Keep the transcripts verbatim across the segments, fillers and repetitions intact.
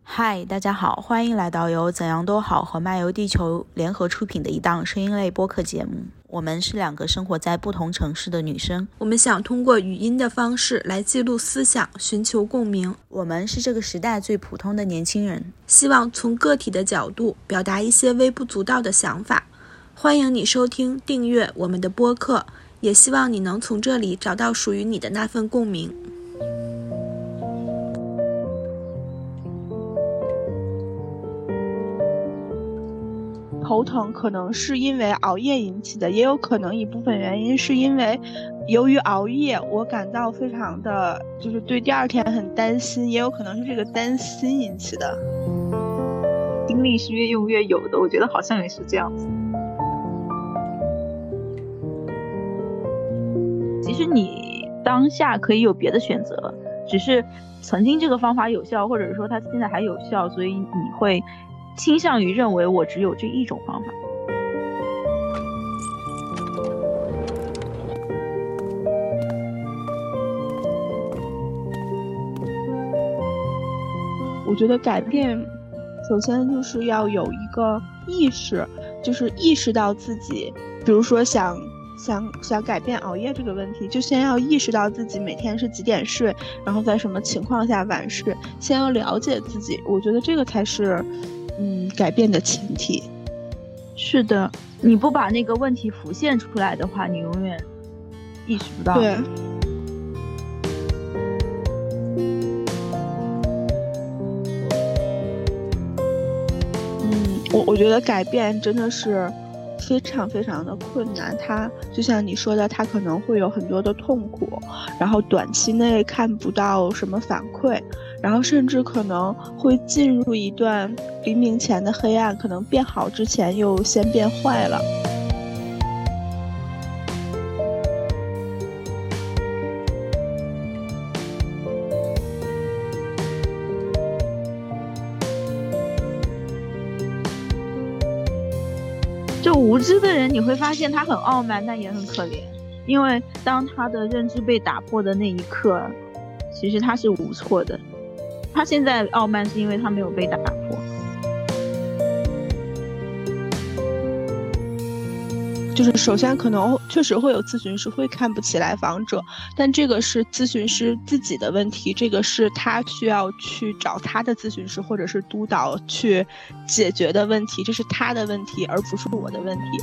嗨，大家好，欢迎来到由怎样都好和漫游地球联合出品的一档声音类播客节目。我们是两个生活在不同城市的女生， 我们想通过语音的方式来记录思想，寻求共鸣。 我们是这个时代最普通的年轻人， 希望从个体的角度表达一些微不足道的想法。欢迎你收听、订阅我们的播客，也希望你能从这里找到属于你的那份共鸣。 头疼可能是因为熬夜引起的，也有可能一部分原因是因为由于熬夜我感到非常的就是对第二天很担心，也有可能是这个担心引起的。 精力是越用越有的，我觉得好像也是这样子。其实你当下可以有别的选择，只是曾经这个方法有效，或者说它现在还有效，所以你会倾向于认为我只有这一种方法。 我觉得改变首先就是要有一个意识，就是意识到自己比如说想想想改变熬夜这个问题，就先要意识到自己每天是几点睡，然后在什么情况下晚睡，先要了解自己，我觉得这个才是嗯改变的前提。 是的，你不把那个问题浮现出来的话，你永远意识不到。 对，嗯，我我觉得改变真的是非常非常的困难，它就像你说的，它可能会有很多的痛苦，然后短期内看不到什么反馈，然后甚至可能会进入一段黎明前的黑暗，可能变好之前又先变坏了。 就无知的人，你会发现他很傲慢，但也很可怜，因为当他的认知被打破的那一刻，其实他是无措的。他现在傲慢是因为他没有被打破。 就是首先可能确实会有咨询师会看不起来访者，但这个是咨询师自己的问题，这个是他需要去找他的咨询师或者是督导去解决的问题，这是他的问题而不是我的问题。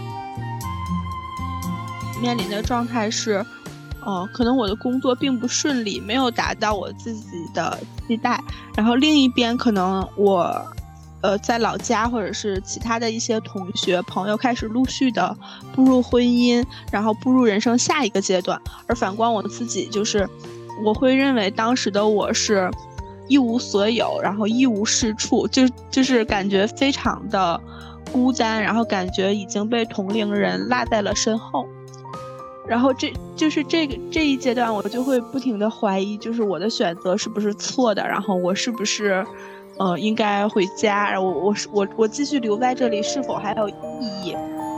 面临的状态是哦，可能我的工作并不顺利，没有达到我自己的期待，然后另一边可能我呃，在老家或者是其他的一些同学朋友开始陆续的步入婚姻，然后步入人生下一个阶段，而反观我自己，就是我会认为当时的我是一无所有，然后一无是处，就就是感觉非常的孤单，然后感觉已经被同龄人落在了身后。然后这就是这个这一阶段，我就会不停的怀疑，就是我的选择是不是错的，然后我是不是呃，应该回家，然后我我我我继续留在这里是否还有意义？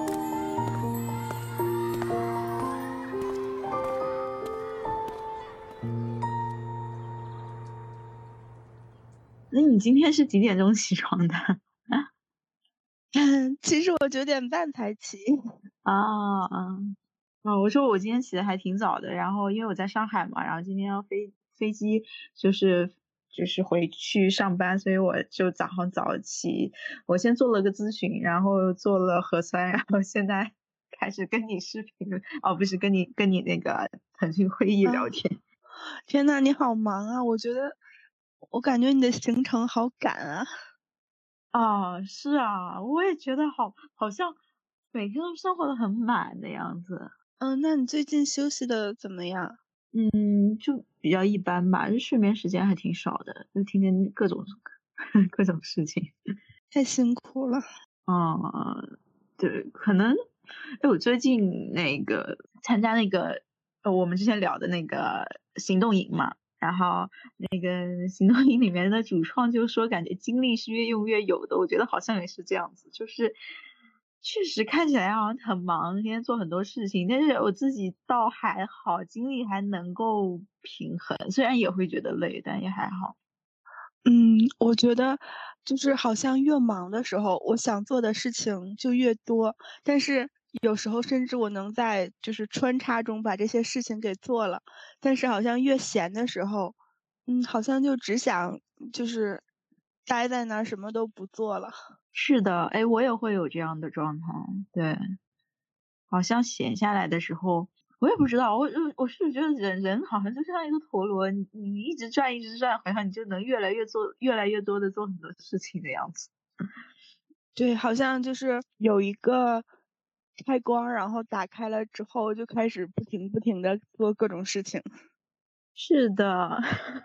那你今天是几点钟起床的？ 其实我九点半才起。 啊啊啊！我说我今天起的还挺早的，然后因为我在上海嘛，然后今天要飞飞机，就是就是回去上班，所以我就早上早起，我先做了个咨询，然后做了核酸，然后现在开始跟你视频，哦，不是跟你跟你那个腾讯会议聊天。 啊、天哪，你好忙啊！我觉得我感觉你的行程好赶啊。 啊，是啊，我也觉得好，好像每天都生活的很满的样子。 嗯，那你最近休息的怎么样？ 嗯，就比较一般吧，就睡眠时间还挺少的，就天天各种各种事情， 太辛苦了。 嗯，对，可能，哎，我最近那个参加那个，呃，我们之前聊的那个行动营嘛，然后那个行动营里面的主创就说，感觉精力是越用越有的，我觉得好像也是这样子，就是确实看起来好像很忙，天天做很多事情，但是我自己倒还好，精力还能够平衡，虽然也会觉得累，但也还好。 嗯，我觉得就是好像越忙的时候，我想做的事情就越多，但是有时候甚至我能在就是穿插中把这些事情给做了，但是好像越闲的时候，嗯，好像就只想就是待在那儿什么都不做了。 是的，哎，我也会有这样的状态，对，好像闲下来的时候，我也不知道，我我是觉得人人好像就像一个陀螺，你你一直转一直转，好像你就能越来越做越来越多的做很多事情的样子。 对，好像就是有一个开关，然后打开了之后就开始不停不停的做各种事情。 是的，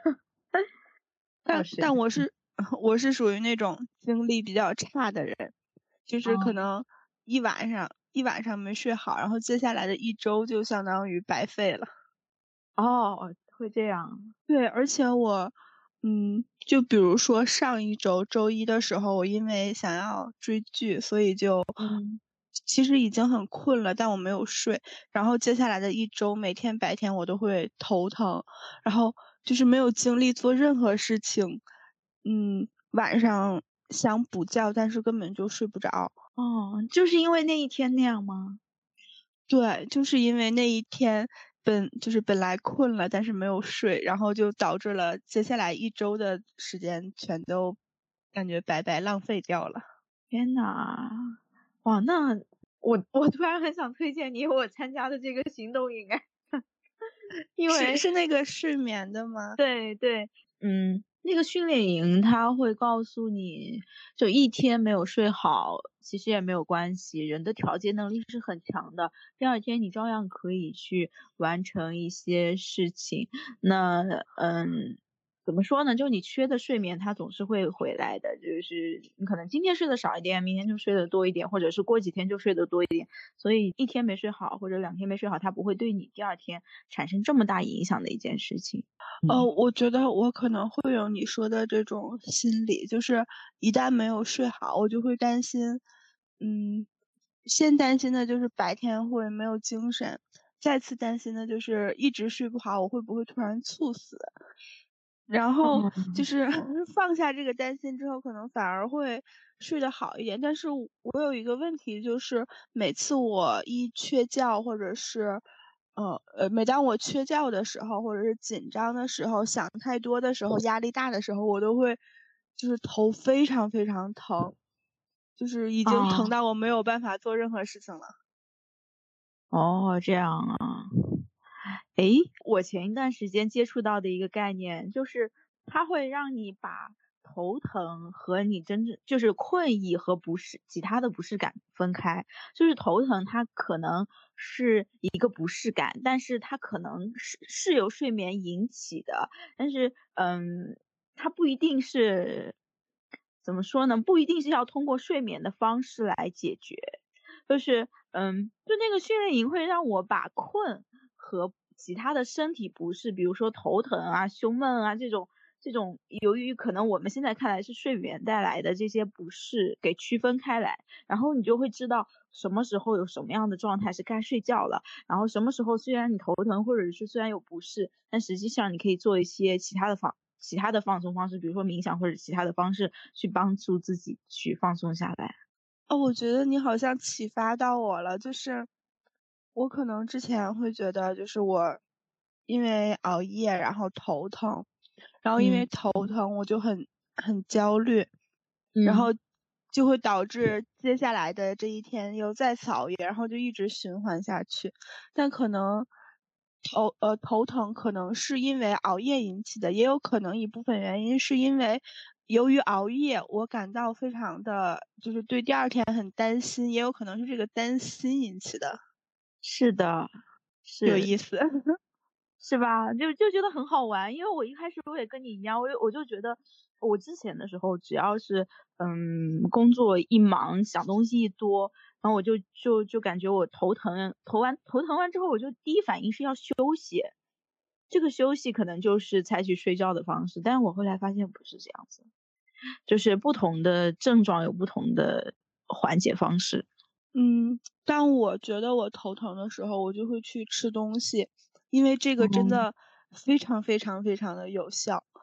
但但我是我是属于那种精力比较差的人，就是可能一晚上一晚上没睡好，然后接下来的一周就相当于白费了。 哦，会这样。 对，而且我，嗯，就比如说上一周周一的时候，我因为想要追剧，所以就， 嗯， 其实已经很困了，但我没有睡。然后接下来的一周，每天白天我都会头疼，然后就是没有精力做任何事情。嗯，晚上想补觉，但是根本就睡不着。 哦，就是因为那一天那样吗？ 对，就是因为那一天本就是本来困了，但是没有睡，然后就导致了接下来一周的时间全都感觉白白浪费掉了。 天呐，哇，那我我突然很想推荐你我参加的这个行动营哎，因为是是那个睡眠的吗？ 对对，嗯，那个训练营他会告诉你，就一天没有睡好，其实也没有关系，人的调节能力是很强的，第二天你照样可以去完成一些事情。那嗯。怎么说呢？就你缺的睡眠，它总是会回来的。就是你可能今天睡得少一点，明天就睡得多一点，或者是过几天就睡得多一点。所以一天没睡好，或者两天没睡好，它不会对你第二天产生这么大影响的一件事情。 呃， 嗯， 我觉得我可能会有你说的这种心理，就是一旦没有睡好，我就会担心，嗯，先担心的就是白天会没有精神，再次担心的就是一直睡不好，我会不会突然猝死。然后就哦， 是放下这个担心之后，可能反而会睡得好一点。但是我有一个问题，就是每次我一缺觉，或者是，呃呃，每当我缺觉的时候，或者是紧张的时候，想太多的时候，压力大的时候，我都会就是头非常非常疼，就是已经疼啊， 到我没有办法做任何事情了。 哦，这样啊。诶，我前一段时间接触到的一个概念，就是它会让你把头疼和你真正就是困意和不适其他的不适感分开。就是头疼，它可能是一个不适感，但是它可能是是由睡眠引起的，但是嗯，它不一定是怎么说呢？不一定是要通过睡眠的方式来解决。就是嗯，就那个训练营会让我把困和其他的身体不适，比如说头疼啊、胸闷啊这种这种，由于可能我们现在看来是睡眠带来的这些不适给区分开来，然后你就会知道什么时候有什么样的状态是该睡觉了，然后什么时候虽然你头疼或者是虽然有不适，但实际上你可以做一些其他的放其他的放松方式，比如说冥想或者其他的方式去帮助自己去放松下来。 哦，我觉得你好像启发到我了，就是我可能之前会觉得，就是我因为熬夜，然后头疼，然后因为嗯头疼我就很很焦虑，然嗯。 后就会导致接下来的这一天又再次熬夜，然后就一直循环下去。但可能头呃头疼可能是因为熬夜引起的，也有可能一部分原因是因为由于熬夜，我感到非常的就是对第二天很担心，也有可能是这个担心引起的。 是的，是有意思。 是吧？就就觉得很好玩，因为我一开始我也跟你一样，我我就觉得我之前的时候，只要是嗯工作一忙，想东西一多，然后我就就就感觉我头疼，头完头疼完之后，我就第一反应是要休息，这个休息可能就是采取睡觉的方式，但是我后来发现不是这样子，就是不同的症状有不同的缓解方式。 嗯，当我觉得我头疼的时候，我就会去吃东西，因为这个真哦， 的非常非常非常的有效。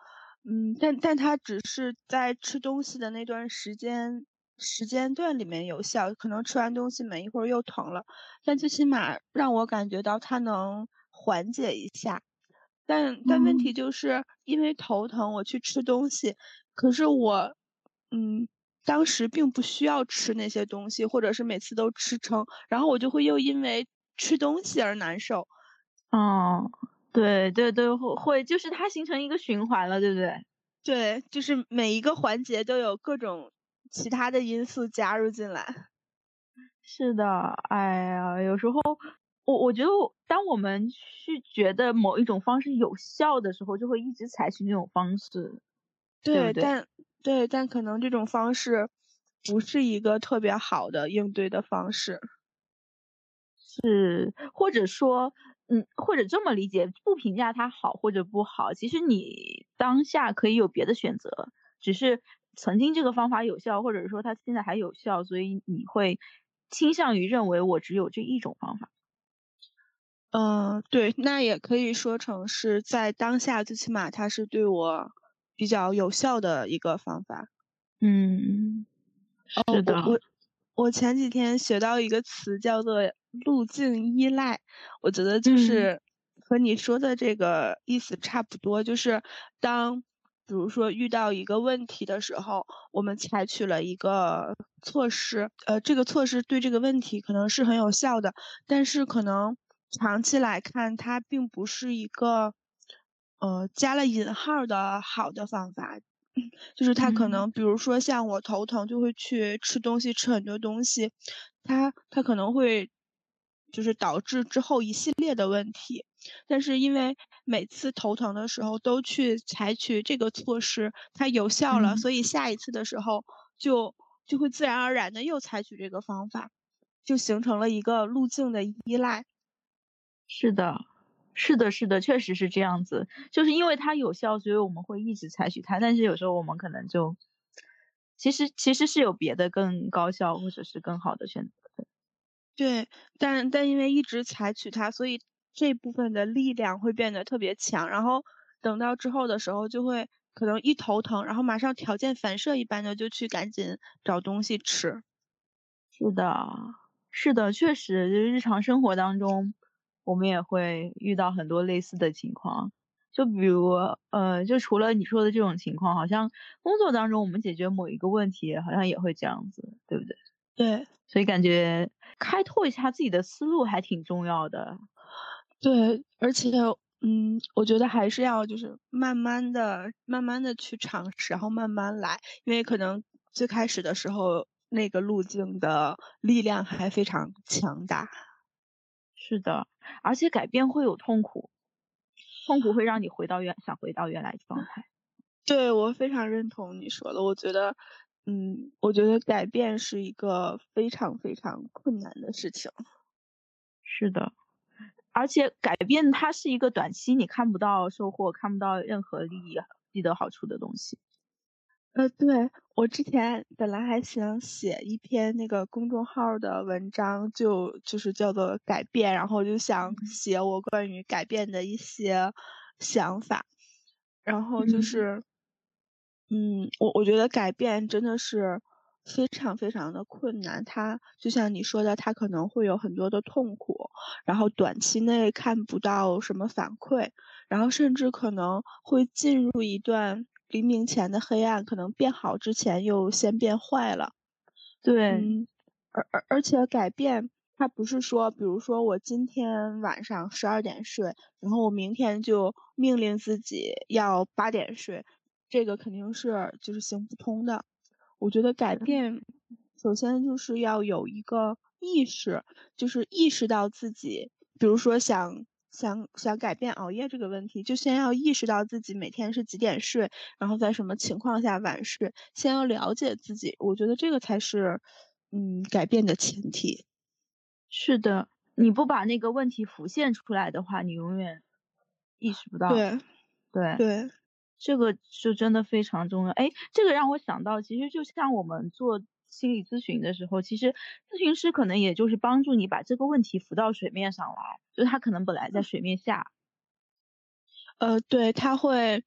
嗯，但但它只是在吃东西的那段时间时间段里面有效，可能吃完东西没一会儿又疼了，但最起码让我感觉到它能缓解一下。但但问题嗯就是因为头疼，我去吃东西，可是我，嗯，当时并不需要吃那些东西，或者是每次都吃撑，然后我就会又因为吃东西而难受。 哦，对对对，会会就是它形成一个循环了，对不对？ 对，就是每一个环节都有各种其他的因素加入进来。 是的，哎呀，有时候我我觉得我，当我们去觉得某一种方式有效的时候，就会一直采取那种方式，对不对， 对？ 但对，但可能这种方式不是一个特别好的应对的方式。 是，或者说，嗯，或者这么理解，不评价它好或者不好，其实你当下可以有别的选择，只是曾经这个方法有效，或者说它现在还有效，所以你会倾向于认为我只有这一种方法。 嗯，对，那也可以说成是在当下，最起码它是对我比较有效的一个方法。 嗯，是的， 我我前几天学到一个词叫做路径依赖，我觉得就嗯是和你说的这个意思差不多，就是当比如说遇到一个问题的时候，我们采取了一个措施，呃，这个措施对这个问题可能是很有效的，但是可能长期来看，它并不是一个呃加了引号的好的方法。就是他可嗯能，比如说像我头疼就会去吃东西，吃很多东西，他他可能会就是导致之后一系列的问题。但是因为每次头疼的时候都去采取这个措施，它有效了， 嗯。 所以下一次的时候就就会自然而然的又采取这个方法，就形成了一个路径的依赖。 是的，是的，是的，确实是这样子。就是因为它有效，所以我们会一直采取它。但是有时候我们可能就，其实其实是有别的更高效或者是更好的选择的。 对，但但因为一直采取它，所以这部分的力量会变得特别强，然后等到之后的时候，就会可能一头疼，然后马上条件反射一般的就去赶紧找东西吃。 是的，是的，确实，就是日常生活当中，我们也会遇到很多类似的情况。就比如，呃，就除了你说的这种情况，好像工作当中我们解决某一个问题，好像也会这样子，对不对？ 对所以感觉开拓一下自己的思路还挺重要的。 对，而且嗯，我觉得还是要就是慢慢的、慢慢的去尝试，然后慢慢来，因为可能最开始的时候那个路径的力量还非常强大。 是的，而且改变会有痛苦，痛苦会让你回到原想回到原来状态。 对，我非常认同你说的。我觉得，嗯，我觉得改变是一个非常非常困难的事情。 是的，而且改变它是一个短期你看不到收获、看不到任何利益、积得好处的东西。 呃，对，我之前本来还想写一篇那个公众号的文章，就就是叫做改变，然后就想写我关于改变的一些想法，然后就嗯， 是，嗯，我我觉得改变真的是非常非常的困难，它就像你说的，它可能会有很多的痛苦，然后短期内看不到什么反馈，然后甚至可能会进入一段黎明前的黑暗，可能变好之前又先变坏了。 对， 嗯，而而而且改变它不是说，比如说我今天晚上十二点睡，然后我明天就命令自己要八点睡，这个肯定是就是行不通的。我觉得改变，首先就是要有一个意识，就是意识到自己，比如说想想想改变熬夜这个问题，就先要意识到自己每天是几点睡，然后在什么情况下晚睡，先要了解自己，我觉得这个才是，嗯，改变的前提。 是的，你不把那个问题浮现出来的话，你永远意识不到。 对对。 对， 这个就真的非常重要。哎，这个让我想到，其实就像我们做心理咨询的时候，其实咨询师可能也就是帮助你把这个问题浮到水面上来，就他可能本来在水面下。 呃，对，他会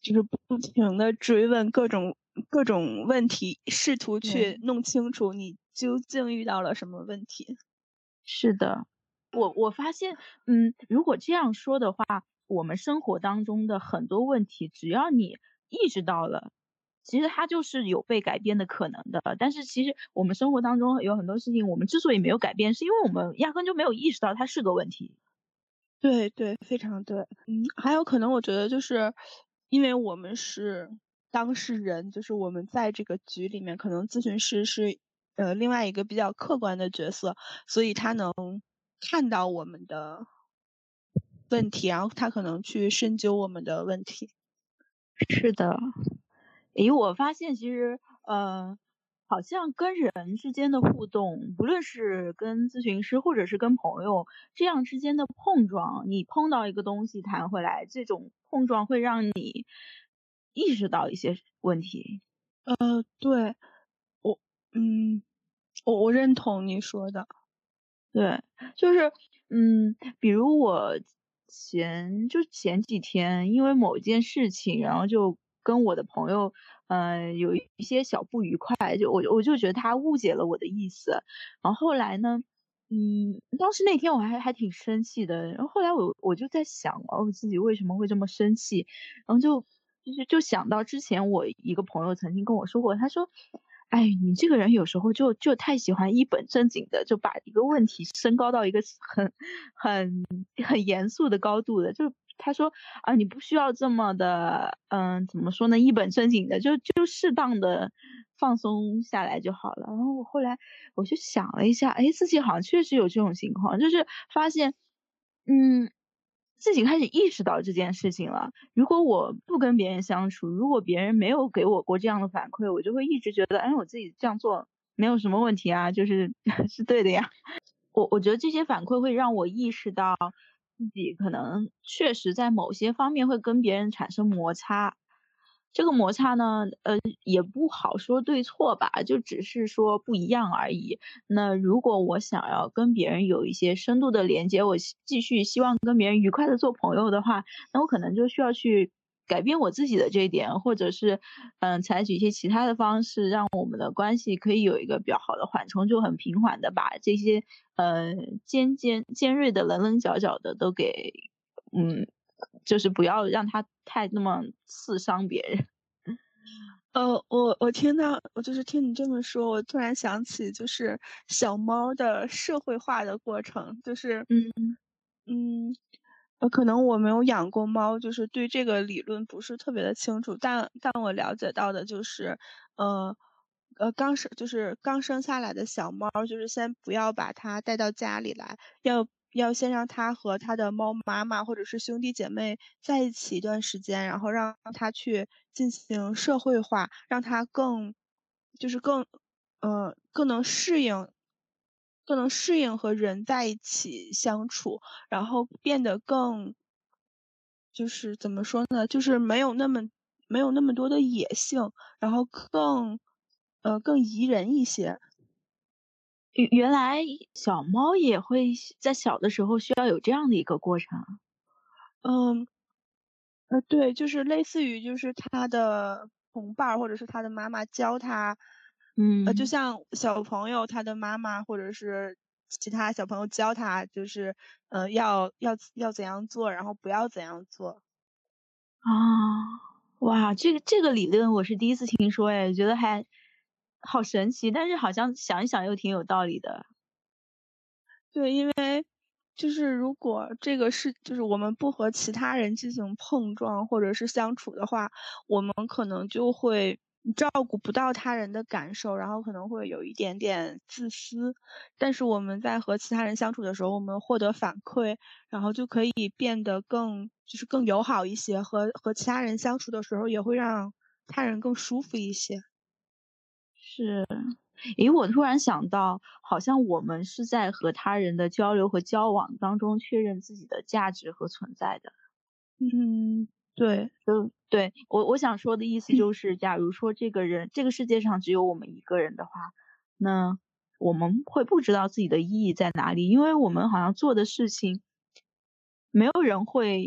就是不停的追问各种各种问题，试图去弄清楚你究竟遇到了什么问题。 是的，我我发现，嗯，如果这样说的话，我们生活当中的很多问题，只要你意识到了，其实它就是有被改变的可能的。但是其实我们生活当中有很多事情，我们之所以没有改变，是因为我们压根就没有意识到它是个问题。 对对，非常对。嗯，还有可能我觉得就是因为我们是当事人，就是我们在这个局里面，可能咨询师是呃另外一个比较客观的角色，所以他能看到我们的问题，然后他可能去深究我们的问题。 是的，诶，我发现其实呃，好像跟人之间的互动，不论是跟咨询师或者是跟朋友这样之间的碰撞，你碰到一个东西弹回来，这种碰撞会让你意识到一些问题。 呃，对，我嗯，我我认同你说的。 对，就是嗯，比如我前就前几天因为某一件事情，然后就跟我的朋友，呃，有一些小不愉快，就我我就觉得他误解了我的意思，然后后来呢，嗯，当时那天我还还挺生气的，然后后来我我就在想，我自己为什么会这么生气，然后就就是就想到之前我一个朋友曾经跟我说过，他说。哎，你这个人有时候就就太喜欢一本正经的，就把一个问题升高到一个很很很严肃的高度的。就他说啊，你不需要这么的，嗯，怎么说呢，一本正经的，就就适当的放松下来就好了。然后我后来我就想了一下，哎，自己好像确实有这种情况，就是发现，嗯。自己开始意识到这件事情了。如果我不跟别人相处，如果别人没有给我过这样的反馈，我就会一直觉得，哎，我自己这样做没有什么问题啊，就是是对的呀。我我觉得这些反馈会让我意识到自己可能确实在某些方面会跟别人产生摩擦。这个摩擦呢，呃，也不好说对错吧，就只是说不一样而已。那如果我想要跟别人有一些深度的连接，我继续希望跟别人愉快的做朋友的话，那我可能就需要去改变我自己的这一点，或者是嗯、呃，采取一些其他的方式，让我们的关系可以有一个比较好的缓冲，就很平缓的把这些呃尖尖尖锐的棱棱角角的都给嗯。就是不要让它太那么刺伤别人。 呃，我我听到，我就是听你这么说，我突然想起，就是小猫的社会化的过程，就是， 嗯嗯，呃，可能我没有养过猫，就是对这个理论不是特别的清楚，但但我了解到的就是，呃，呃，刚生就是刚生下来的小猫，就是先不要把它带到家里来，要要先让它和它的猫妈妈或者是兄弟姐妹在一起一段时间，然后让它去进行社会化，让它更就是更呃更能适应。更能适应和人在一起相处，然后变得更就是怎么说呢，就是没有那么没有那么多的野性，然后更呃更宜人一些。 原原来小猫也会在小的时候需要有这样的一个过程。 嗯，呃，对，就是类似于就是它的同伴儿或者是它的妈妈教它，呃，就嗯像小朋友他的妈妈或者是其他小朋友教他，就是呃要要要怎样做，然后不要怎样做。 啊，哇，这个这个理论我是第一次听说，哎，觉得还好神奇，但是好像想一想又挺有道理的。 对，因为就是如果这个是就是我们不和其他人进行碰撞或者是相处的话，我们可能就会照顾不到他人的感受，然后可能会有一点点自私。但是我们在和其他人相处的时候，我们获得反馈，然后就可以变得更就是更友好一些，和和其他人相处的时候也会让他人更舒服一些。 是，诶，我突然想到，好像我们是在和他人的交流和交往当中确认自己的价值和存在的。 嗯，对。 就对，我我想说的意思就是，假如说这个人，这个世界上只有我们一个人的话，那我们会不知道自己的意义在哪里，因为我们好像做的事情，没有人会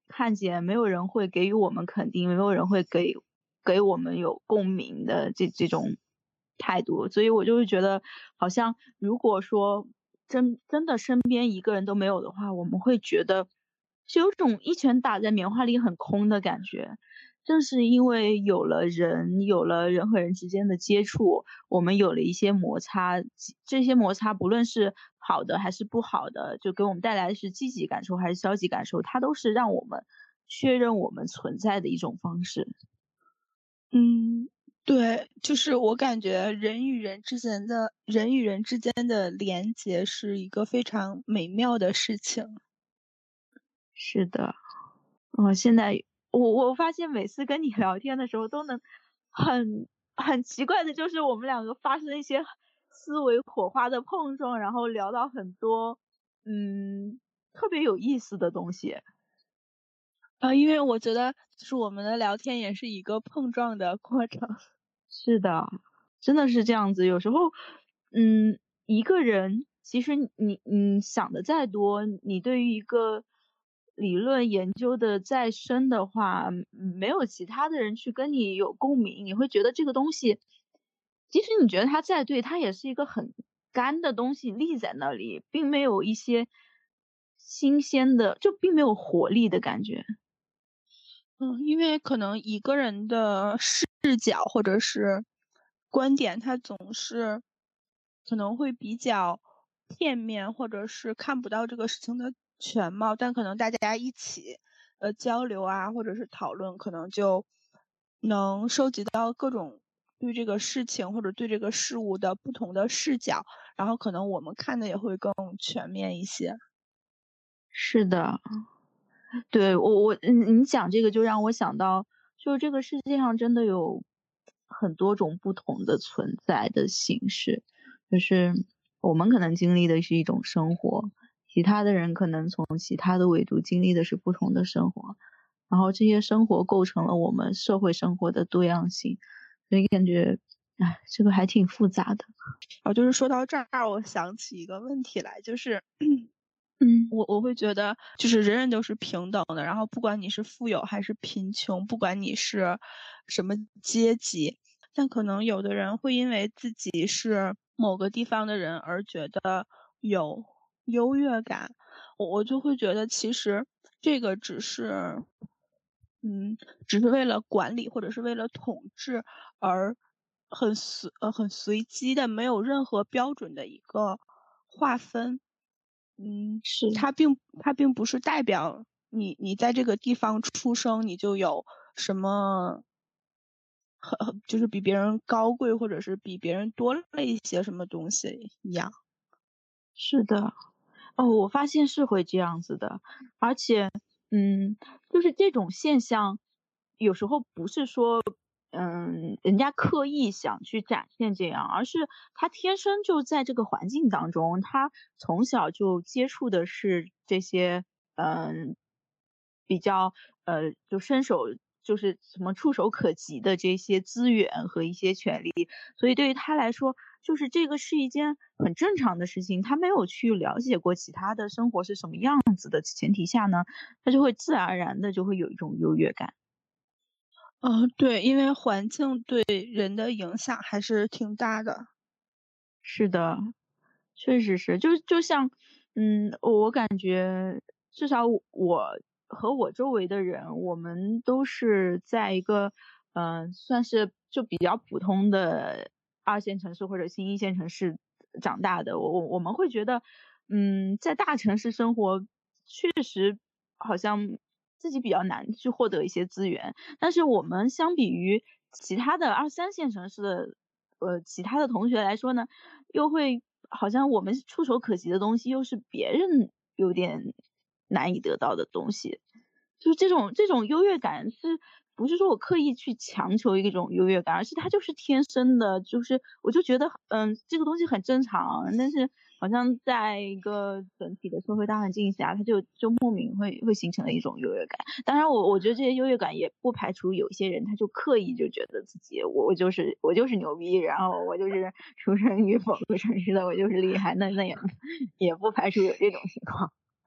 看见，没有人会给予我们肯定，没有人会给给我们有共鸣的这这种态度。所以我就会觉得，好像如果说真真的身边一个人都没有的话，我们会觉得是有种一拳打在棉花里很空的感觉。正是因为有了人，有了人和人之间的接触，我们有了一些摩擦，这些摩擦不论是好的还是不好的，就给我们带来的是积极感受还是消极感受，它都是让我们确认我们存在的一种方式。 嗯，对，就是我感觉人与人之间的人与人之间的连结是一个非常美妙的事情。 是的，我、哦、现在我我发现每次跟你聊天的时候，都能很很奇怪的，就是我们两个发生一些思维火花的碰撞，然后聊到很多嗯特别有意思的东西。 呃，因为我觉得就是我们的聊天也是一个碰撞的过程。 是的，真的是这样子。有时候，嗯，一个人其实你你想的再多，你对于一个理论研究的再深的话，没有其他的人去跟你有共鸣，你会觉得这个东西，即使你觉得它再对，它也是一个很干的东西立在那里，并没有一些新鲜的，就并没有活力的感觉。 嗯，因为可能一个人的视角或者是观点，他总是可能会比较片面，或者是看不到这个事情的全貌，但可能大家一起呃交流啊，或者是讨论，可能就能收集到各种对这个事情或者对这个事物的不同的视角，然后可能我们看的也会更全面一些。 是的。对，我我嗯，你讲这个就让我想到，就是这个世界上真的有很多种不同的存在的形式，就是我们可能经历的是一种生活，其他的人可能从其他的维度经历的是不同的生活，然后这些生活构成了我们社会生活的多样性，所以感觉，哎，这个还挺复杂的。 啊，就是说到这儿，我想起一个问题来，就是。 嗯， 我我会觉得就是人人都是平等的，然后不管你是富有还是贫穷，不管你是什么阶级，但可能有的人会因为自己是某个地方的人而觉得有优越感，我我就会觉得其实这个只是嗯只是为了管理或者是为了统治而很随呃很随机的没有任何标准的一个划分。嗯， 是它并它并不是代表你你在这个地方出生你就有什么很很就是比别人高贵或者是比别人多了一些什么东西一样。 是的。哦，我发现是会这样子的，而且，嗯，就是这种现象，有时候不是说，嗯，人家刻意想去展现这样，而是他天生就在这个环境当中，他从小就接触的是这些，嗯，比较，呃，就伸手就是什么触手可及的这些资源和一些权利，所以对于他来说，就是这个是一件很正常的事情。他没有去了解过其他的生活是什么样子的前提下呢，他就会自然而然的就会有一种优越感。 嗯，对，因为环境对人的影响还是挺大的。 是的，确实是，就就像，嗯，我感觉至少我和我周围的人，我们都是在一个，嗯、呃，算是就比较普通的二线城市或者新一线城市长大的。我我我们会觉得，嗯，在大城市生活确实好像自己比较难去获得一些资源，但是我们相比于其他的二三线城市的，呃，其他的同学来说呢，又会好像我们触手可及的东西，又是别人有点难以得到的东西。就是这种这种优越感是不是说我刻意去强求一种优越感，而是它就是天生的，就是我就觉得嗯这个东西很正常，但是好像在一个整体的社会大环境下，它就就莫名会会形成了一种优越感。当然我我觉得这些优越感也不排除有些人他就刻意就觉得自己我我就是我就是牛逼，然后我就是出生于某个城市的，我就是厉害，那那也也不排除有这种情况。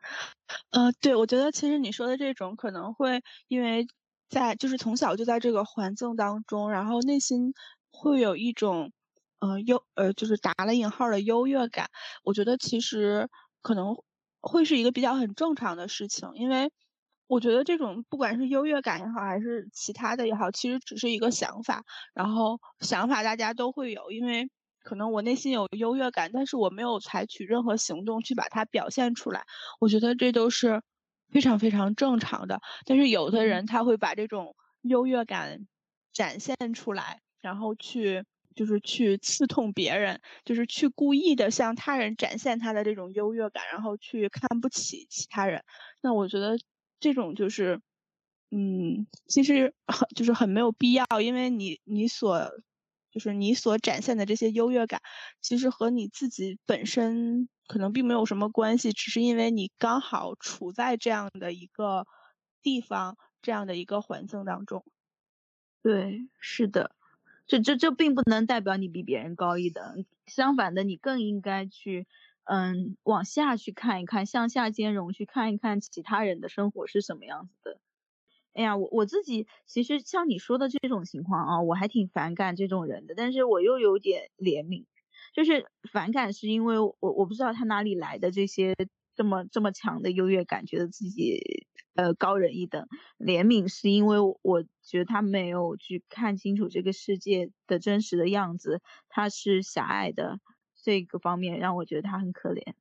呃，对，我觉得其实你说的这种可能会因为在就是从小就在这个环境当中，然后内心会有一种呃优呃就是打了引号的优越感。我觉得其实可能会是一个比较很正常的事情，因为我觉得这种不管是优越感也好，还是其他的也好，其实只是一个想法，然后想法大家都会有，因为可能我内心有优越感，但是我没有采取任何行动去把它表现出来。我觉得这都是非常非常正常的。但是有的人他会把这种优越感展现出来，然后去就是去刺痛别人，就是去故意的向他人展现他的这种优越感，然后去看不起其他人。那我觉得这种就是嗯，其实很就是很没有必要，因为你你所就是你所展现的这些优越感，其实和你自己本身可能并没有什么关系，只是因为你刚好处在这样的一个地方，这样的一个环境当中。 对，是的，这这这并不能代表你比别人高一等，相反的，你更应该去，嗯，往下去看一看，向下兼容，去看一看其他人的生活是什么样子的。哎呀，我我自己其实像你说的这种情况啊，我还挺反感这种人的，但是我又有点怜悯，就是反感是因为我我不知道他哪里来的这些这么这么强的优越感，觉得自己呃高人一等。怜悯是因为我觉得他没有去看清楚这个世界的真实的样子，他是狭隘的，这个方面让我觉得他很可怜。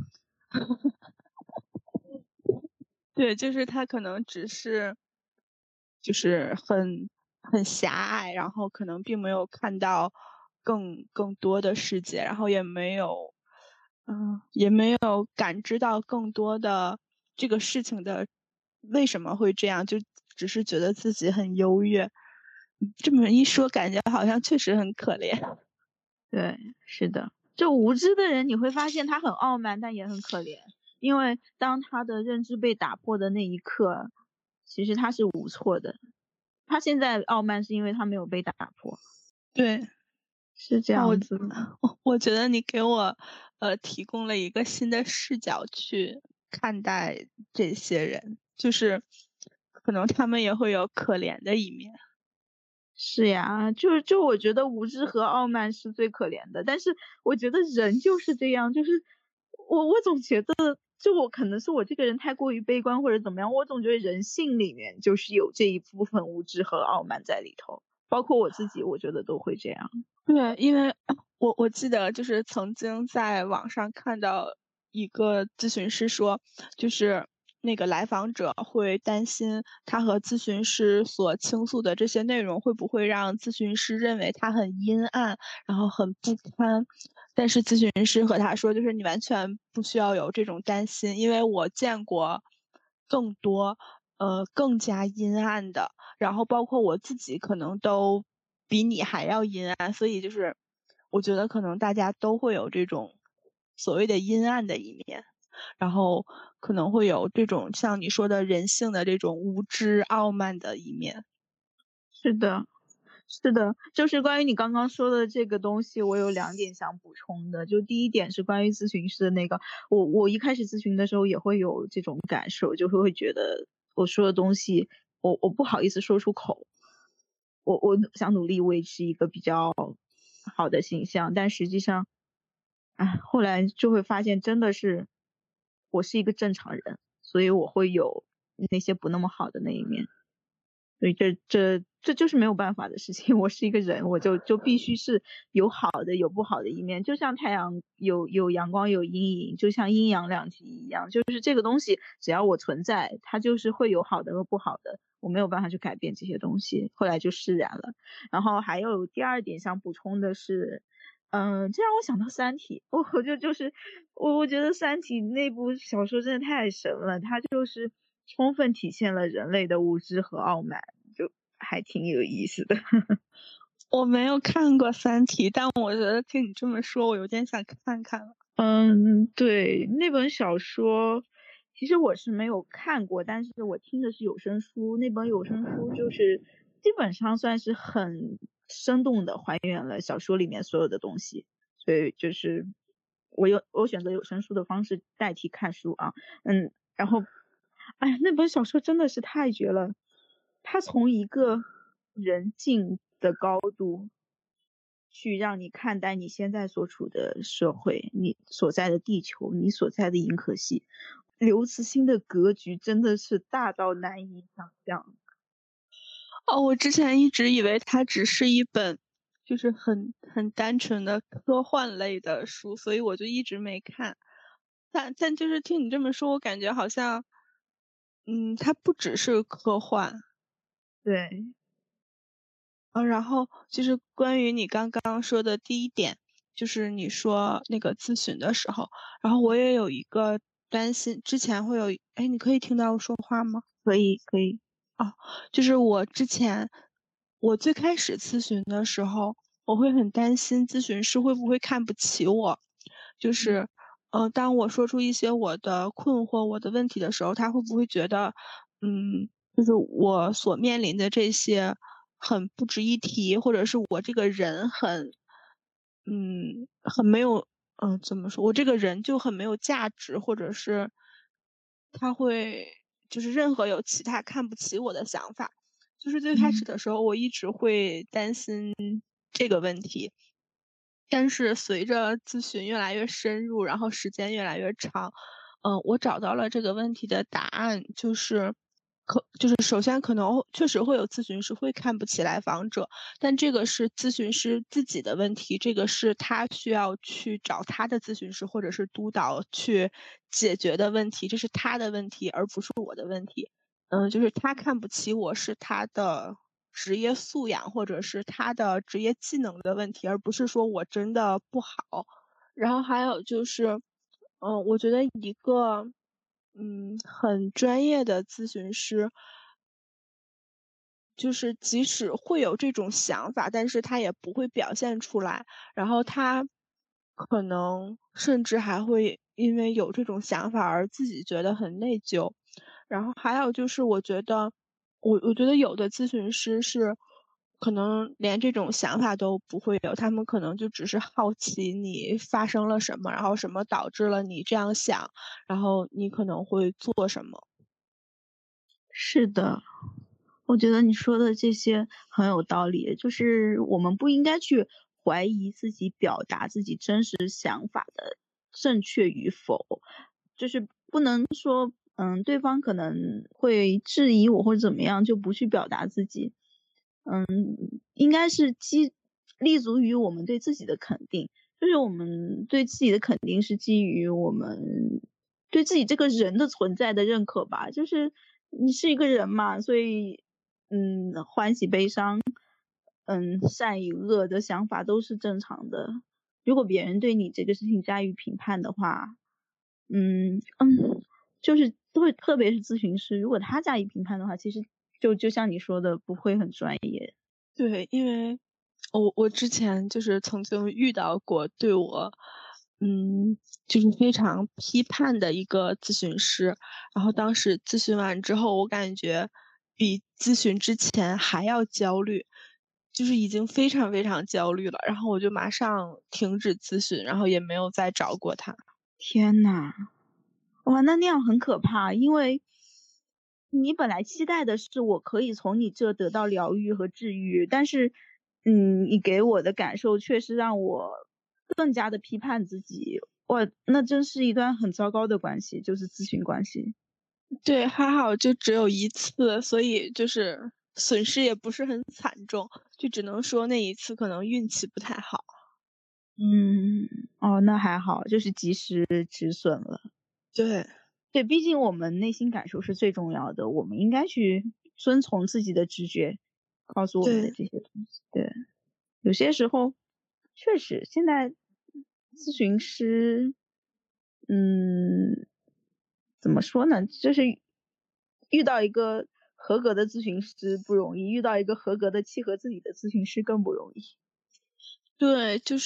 对，就是他可能只是就是很很狭隘，然后可能并没有看到更更多的世界，然后也没有嗯，也没有感知到更多的这个事情的为什么会这样，就只是觉得自己很优越。这么一说，感觉好像确实很可怜。 对，是的，就无知的人，你会发现他很傲慢，但也很可怜，因为当他的认知被打破的那一刻，其实他是无措的。他现在傲慢是因为他没有被打破， 对， 是这啊，我样子。 我我觉得你给我呃提供了一个新的视角去看待这些人，就是可能他们也会有可怜的一面。 是呀，就就我觉得无知和傲慢是最可怜的，但是我觉得人就是这样，就是我我总觉得，就我可能是我这个人太过于悲观或者怎么样，我总觉得人性里面就是有这一部分无知和傲慢在里头，包括我自己，我觉得都会这样。 对，因为我我记得就是曾经在网上看到一个咨询师说，就是那个来访者会担心他和咨询师所倾诉的这些内容会不会让咨询师认为他很阴暗，然后很不堪。但是咨询师和他说，就是你完全不需要有这种担心，因为我见过更多呃更加阴暗的，然后包括我自己可能都比你还要阴暗，所以就是我觉得可能大家都会有这种所谓的阴暗的一面，然后可能会有这种像你说的人性的这种无知傲慢的一面。 是的，是的，就是关于你刚刚说的这个东西，我有两点想补充的。就第一点是关于咨询师的那个，我我一开始咨询的时候也会有这种感受，就会会觉得我说的东西，我我不好意思说出口，我我想努力维持一个比较好的形象，但实际上，哎，后来就会发现真的是我是一个正常人，所以我会有那些不那么好的那一面。所以这这这就是没有办法的事情。我是一个人，我就就必须是有好的有不好的一面，就像太阳有有阳光有阴影，就像阴阳两极一样，就是这个东西只要我存在，它就是会有好的和不好的，我没有办法去改变这些东西。后来就释然了。然后还有第二点想补充的是，嗯，这让我想到《三体》，我我就就是我我觉得《三体》那部小说真的太神了，它就是充分体现了人类的无知和傲慢，就还挺有意思的。 我没有看过《三体》，但我觉得听你这么说，我有点想看看了。 嗯，对，那本小说其实我是没有看过，但是我听的是有声书，那本有声书就是基本上算是很生动的还原了小说里面所有的东西，所以就是我有我选择有声书的方式代替看书啊，嗯，然后，哎，那本小说真的是太绝了，它从一个人境的高度去让你看待你现在所处的社会，你所在的地球，你所在的银河系，刘慈欣的格局真的是大到难以想象。 哦，我之前一直以为它只是一本就是很很单纯的科幻类的书，所以我就一直没看。但但就是听你这么说，我感觉好像，嗯，它不只是科幻。 对， 呃，然后就是关于你刚刚说的第一点，就是你说那个咨询的时候，然后我也有一个担心，之前会有，哎，你可以听到我说话吗？ 可以可以。 哦，就是我之前我最开始咨询的时候，我会很担心咨询师会不会看不起我，就嗯是，呃，当我说出一些我的困惑、我的问题的时候，他会不会觉得，嗯，就是我所面临的这些很不值一提，或者是我这个人很，嗯，很没有，嗯、怎么说，我这个人就很没有价值，或者是他会就是任何有其他看不起我的想法。就是最开始嗯的时候，我一直会担心这个问题，但是随着咨询越来越深入，然后时间越来越长，嗯，我找到了这个问题的答案，就是可就是首先可能确实会有咨询师会看不起来访者，但这个是咨询师自己的问题，这个是他需要去找他的咨询师或者是督导去解决的问题，这是他的问题，而不是我的问题。嗯，就是他看不起我是他的职业素养或者是他的职业技能的问题，而不是说我真的不好。然后还有就是，嗯，我觉得一个嗯很专业的咨询师，就是即使会有这种想法，但是他也不会表现出来，然后他可能甚至还会因为有这种想法而自己觉得很内疚。然后还有就是我觉得，我我觉得有的咨询师是可能连这种想法都不会有，他们可能就只是好奇你发生了什么，然后什么导致了你这样想，然后你可能会做什么。 是的，我觉得你说的这些很有道理，就是我们不应该去怀疑自己表达自己真实想法的正确与否，就是不能说，嗯，对方可能会质疑我或者怎么样，就不去表达自己，嗯，应该是基立足于我们对自己的肯定，就是我们对自己的肯定是基于我们对自己这个人的存在的认可吧，就是你是一个人嘛，所以嗯，欢喜悲伤，嗯，善与恶的想法都是正常的。如果别人对你这个事情加以评判的话，嗯嗯，就是会特别是咨询师，如果他加以评判的话，其实就就像你说的，不会很专业。 对，因为我我之前就是曾经遇到过对我，嗯，就是非常批判的一个咨询师，然后当时咨询完之后，我感觉比咨询之前还要焦虑，就是已经非常非常焦虑了，然后我就马上停止咨询，然后也没有再找过他。 天呐，哇，那那样很可怕，因为你本来期待的是我可以从你这得到疗愈和治愈，但是，嗯，你给我的感受却是让我更加的批判自己，哇，那真是一段很糟糕的关系，就是咨询关系。 对，还好就只有一次，所以就是损失也不是很惨重，就只能说那一次可能运气不太好。 嗯，哦，那还好，就是及时止损了。 对。 对，毕竟我们内心感受是最重要的，我们应该去遵从自己的直觉，告诉我们的对， 这些东西。对，有些时候确实，现在咨询师，嗯，怎么说呢？就是遇到一个合格的咨询师不容易，遇到一个合格的契合自己的咨询师更不容易。 对，就是，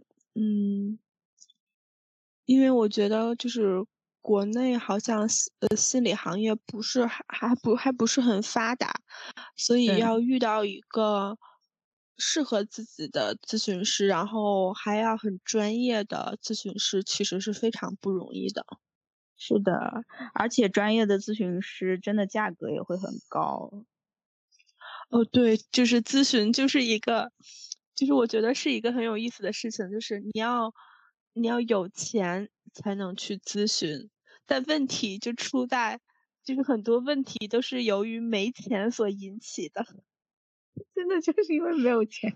嗯，因为我觉得就是国内好像心呃心理行业不是还还不还不是很发达，所以对， 要遇到一个适合自己的咨询师，然后还要很专业的咨询师，其实是非常不容易的。 是的，而且专业的咨询师真的价格也会很高。 哦，对，就是咨询就是一个，就是我觉得是一个很有意思的事情，就是你要你要有钱才能去咨询，但问题就出在，就是很多问题都是由于没钱所引起的。 真的就是因为没有钱。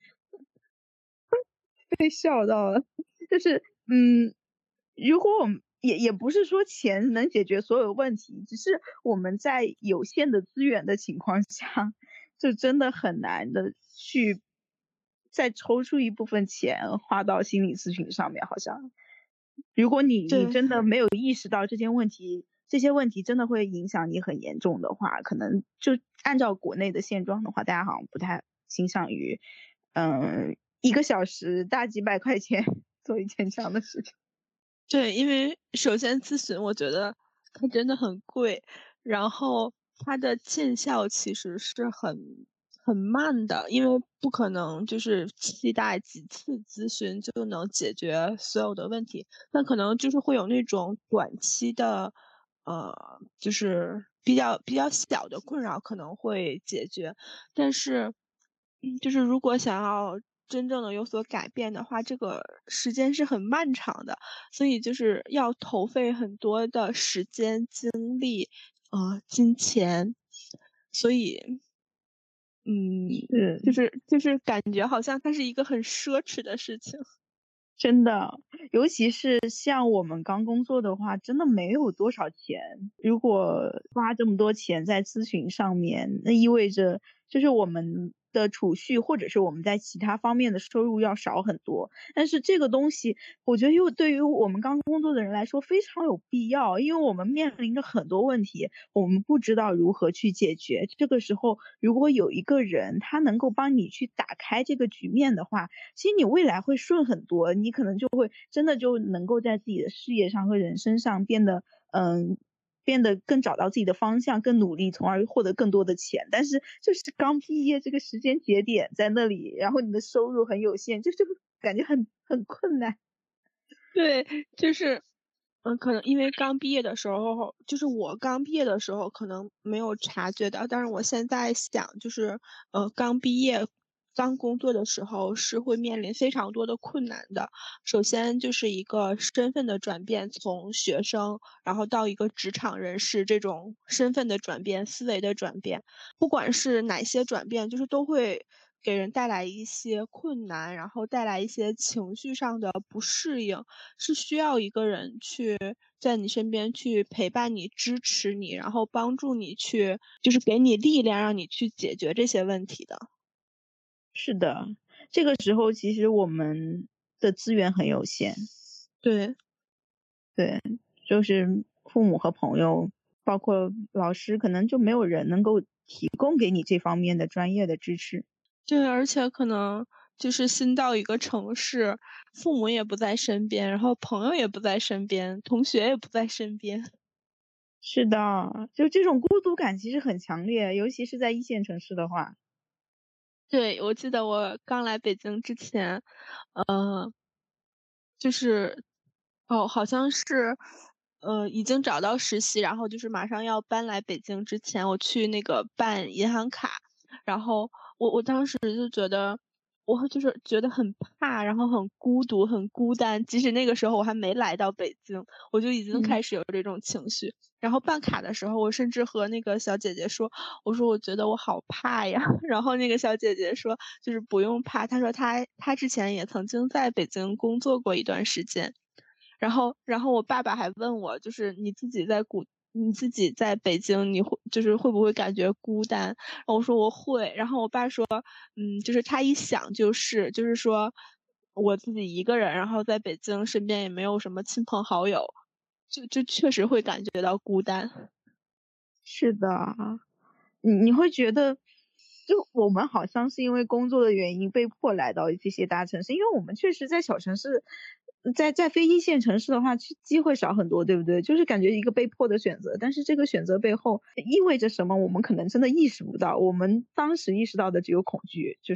被笑到了。就是嗯，如果我们也也不是说钱能解决所有问题，只是我们在有限的资源的情况下，就真的很难的去再抽出一部分钱花到心理咨询上面。好像如果你你对真的没有意识到这件问题，这些问题真的会影响你很严重的话，可能就按照国内的现状的话，大家好像不太倾向于嗯一个小时大几百块钱做一件这样的事情。 对，因为首先咨询我觉得它真的很贵，然后它的见效其实是很很慢的，因为不可能就是期待几次咨询就能解决所有的问题，那可能就是会有那种短期的呃，就是比较比较小的困扰可能会解决，但是嗯就是如果想要真正的有所改变的话，这个时间是很漫长的，所以就是要投费很多的时间、精力，呃，金钱，所以，嗯， 是就是就是感觉好像它是一个很奢侈的事情。 真的，尤其是像我们刚工作的话，真的没有多少钱。如果花这么多钱在咨询上面，那意味着就是我们的储蓄或者是我们在其他方面的收入要少很多。但是这个东西，我觉得又对于我们刚工作的人来说非常有必要，因为我们面临着很多问题，我们不知道如何去解决。这个时候，如果有一个人他能够帮你去打开这个局面的话，其实你未来会顺很多，你可能就会真的就能够在自己的事业上和人生上变得嗯。变得更找到自己的方向，更努力，从而获得更多的钱。但是就是刚毕业这个时间节点在那里，然后你的收入很有限，就就感觉很很困难。 对，就是，嗯，可能因为刚毕业的时候，就是我刚毕业的时候可能没有察觉到，但是我现在想，就是，呃，刚毕业、刚工作的时候是会面临非常多的困难的。首先就是一个身份的转变，从学生然后到一个职场人士这种身份的转变、思维的转变，不管是哪些转变，就是都会给人带来一些困难，然后带来一些情绪上的不适应，是需要一个人去在你身边去陪伴你、支持你，然后帮助你去，就是给你力量，让你去解决这些问题的。 是的，这个时候其实我们的资源很有限。 对， 对，就是父母和朋友，包括老师，可能就没有人能够提供给你这方面的专业的支持。 对，而且可能就是新到一个城市，父母也不在身边，然后朋友也不在身边，同学也不在身边。 是的，就这种孤独感其实很强烈，尤其是在一线城市的话。 对，我记得我刚来北京之前，呃，就是哦，好像是，呃，已经找到实习，然后就是马上要搬来北京之前，我去那个办银行卡，然后我我当时就觉得，我就是觉得很怕，然后很孤独、很孤单，即使那个时候我还没来到北京，我就已经嗯。 开始有这种情绪。然后办卡的时候，我甚至和那个小姐姐说，我说我觉得我好怕呀。然后那个小姐姐说，就是不用怕，她说她她之前也曾经在北京工作过一段时间。然后然后我爸爸还问我，就是你自己在古你自己在北京，你会就是会不会感觉孤单？然后我说我会。然后我爸说，嗯，就是他一想就是就是说我自己一个人，然后在北京身边也没有什么亲朋好友，就就确实会感觉到孤单。 是的，你你会觉得，就我们好像是因为工作的原因被迫来到这些大城市，因为我们确实在小城市，在在非一线城市的话，机机会少很多，对不对？就是感觉一个被迫的选择，但是这个选择背后意味着什么，我们可能真的意识不到，我们当时意识到的只有恐惧，就是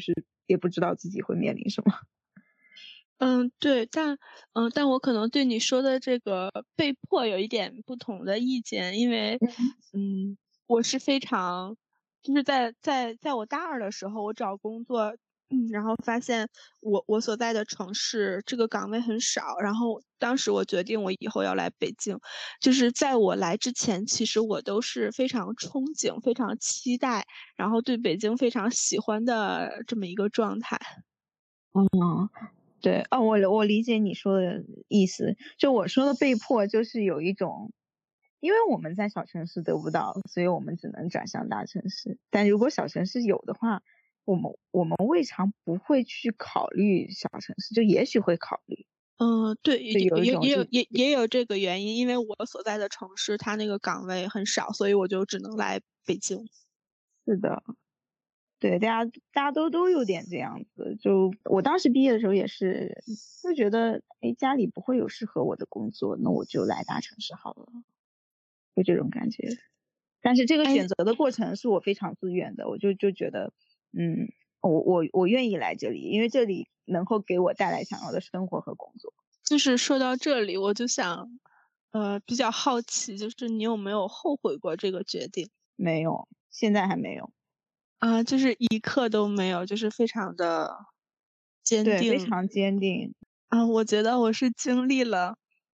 也不知道自己会面临什么。 嗯，对，但嗯，但我可能对你说的这个被迫有一点不同的意见，因为嗯，我是非常就是在在在我大二的时候，我找工作，嗯，然后发现我我所在的城市这个岗位很少，然后当时我决定我以后要来北京，就是在我来之前，其实我都是非常憧憬、非常期待，然后对北京非常喜欢的这么一个状态。 嗯。对，哦，我我理解你说的意思。就我说的被迫，就是有一种，因为我们在小城市得不到，所以我们只能转向大城市。但如果小城市有的话，我们我们未尝不会去考虑小城市，就也许会考虑。 嗯，对，也就有一也也有种就也也有这个原因，因为我所在的城市它那个岗位很少，所以我就只能来北京。 是的，对，大家大家都都有点这样子。就我当时毕业的时候也是，就觉得哎家里不会有适合我的工作，那我就来大城市好了，就这种感觉。但是这个哎， 选择的过程是我非常自愿的，我就就觉得，嗯，我我我愿意来这里，因为这里能够给我带来想要的生活和工作。 就是说到这里，我就想，呃，比较好奇，就是你有没有后悔过这个决定？ 没有，现在还没有。 啊，就是一刻都没有，就是非常的坚对，非定。 常坚定。 啊，我觉得我是经历了，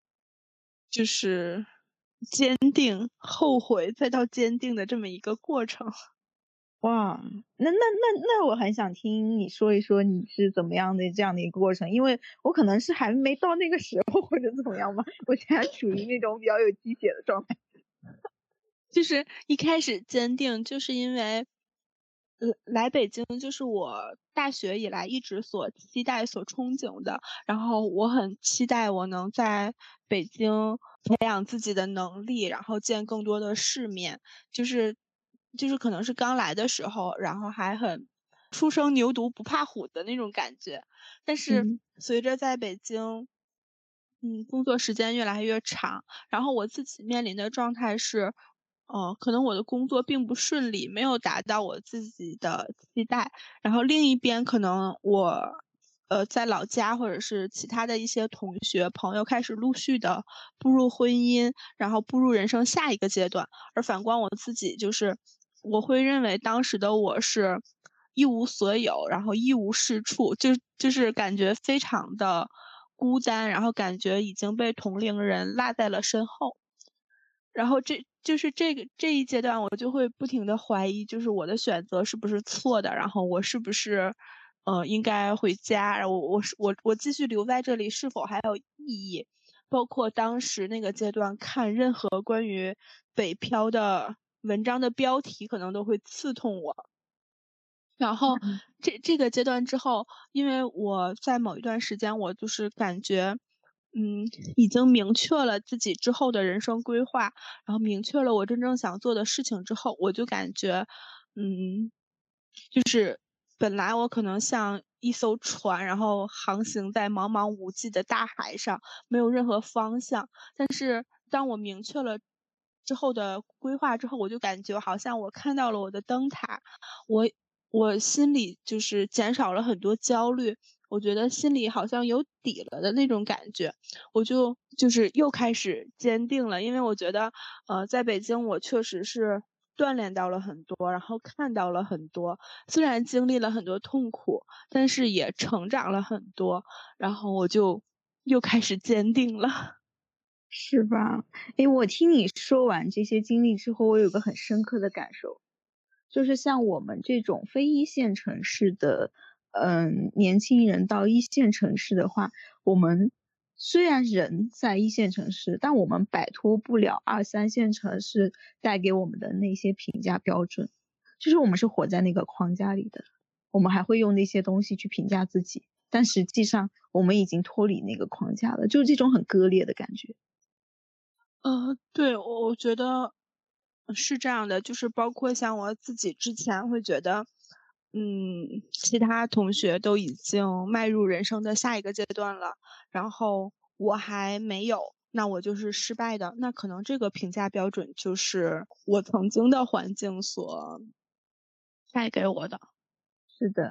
就是坚定、后悔，再到坚定的这么一个过程。 哇，那那那那我很想听你说一说你是怎么样的这样的一个过程，因为我可能是还没到那个时候或者怎么样吧，我现在处于那种比较有鸡血的状态。 就是一开始坚定，就是因为，呃，来北京就是我大学以来一直所期待、所憧憬的。然后我很期待我能在北京培养自己的能力，然后见更多的世面。就是就是可能是刚来的时候，然后还很初生牛犊不怕虎的那种感觉。但是嗯随着在北京，嗯，工作时间越来越长，然后我自己面临的状态是，呃，可能我的工作并不顺利，没有达到我自己的期待。然后另一边可能我，呃，在老家或者是其他的一些同学朋友开始陆续的步入婚姻，然后步入人生下一个阶段。而反观我自己，就是我会认为当时的我是一无所有，然后一无是处，就就是感觉非常的孤单，然后感觉已经被同龄人落在了身后。然后这就是这个这一阶段，我就会不停的怀疑，就是我的选择是不是错的，然后我是不是，呃，应该回家，然后我我是我我继续留在这里是否还有意义？包括当时那个阶段看任何关于北漂的文章的标题，可能都会刺痛我。然后这这个阶段之后，因为我在某一段时间，我就是感觉，嗯，已经明确了自己之后的人生规划，然后明确了我真正想做的事情之后，我就感觉，嗯，就是本来我可能像一艘船，然后航行在茫茫无际的大海上，没有任何方向。但是当我明确了之后的规划之后，我就感觉好像我看到了我的灯塔，我我心里就是减少了很多焦虑，我觉得心里好像有底了的那种感觉。我就就是又开始坚定了，因为我觉得，呃，在北京我确实是锻炼到了很多，然后看到了很多，虽然经历了很多痛苦，但是也成长了很多，然后我就又开始坚定了。 是吧？诶，我听你说完这些经历之后，我有个很深刻的感受，就是像我们这种非一线城市的，嗯，年轻人到一线城市的话，我们虽然人在一线城市，但我们摆脱不了二三线城市带给我们的那些评价标准，就是我们是活在那个框架里的，我们还会用那些东西去评价自己，但实际上我们已经脱离那个框架了，就是这种很割裂的感觉。 呃，对，我我觉得是这样的，就是包括像我自己之前会觉得，嗯，其他同学都已经迈入人生的下一个阶段了，然后我还没有，那我就是失败的。那可能这个评价标准就是我曾经的环境所带给我的。 是的，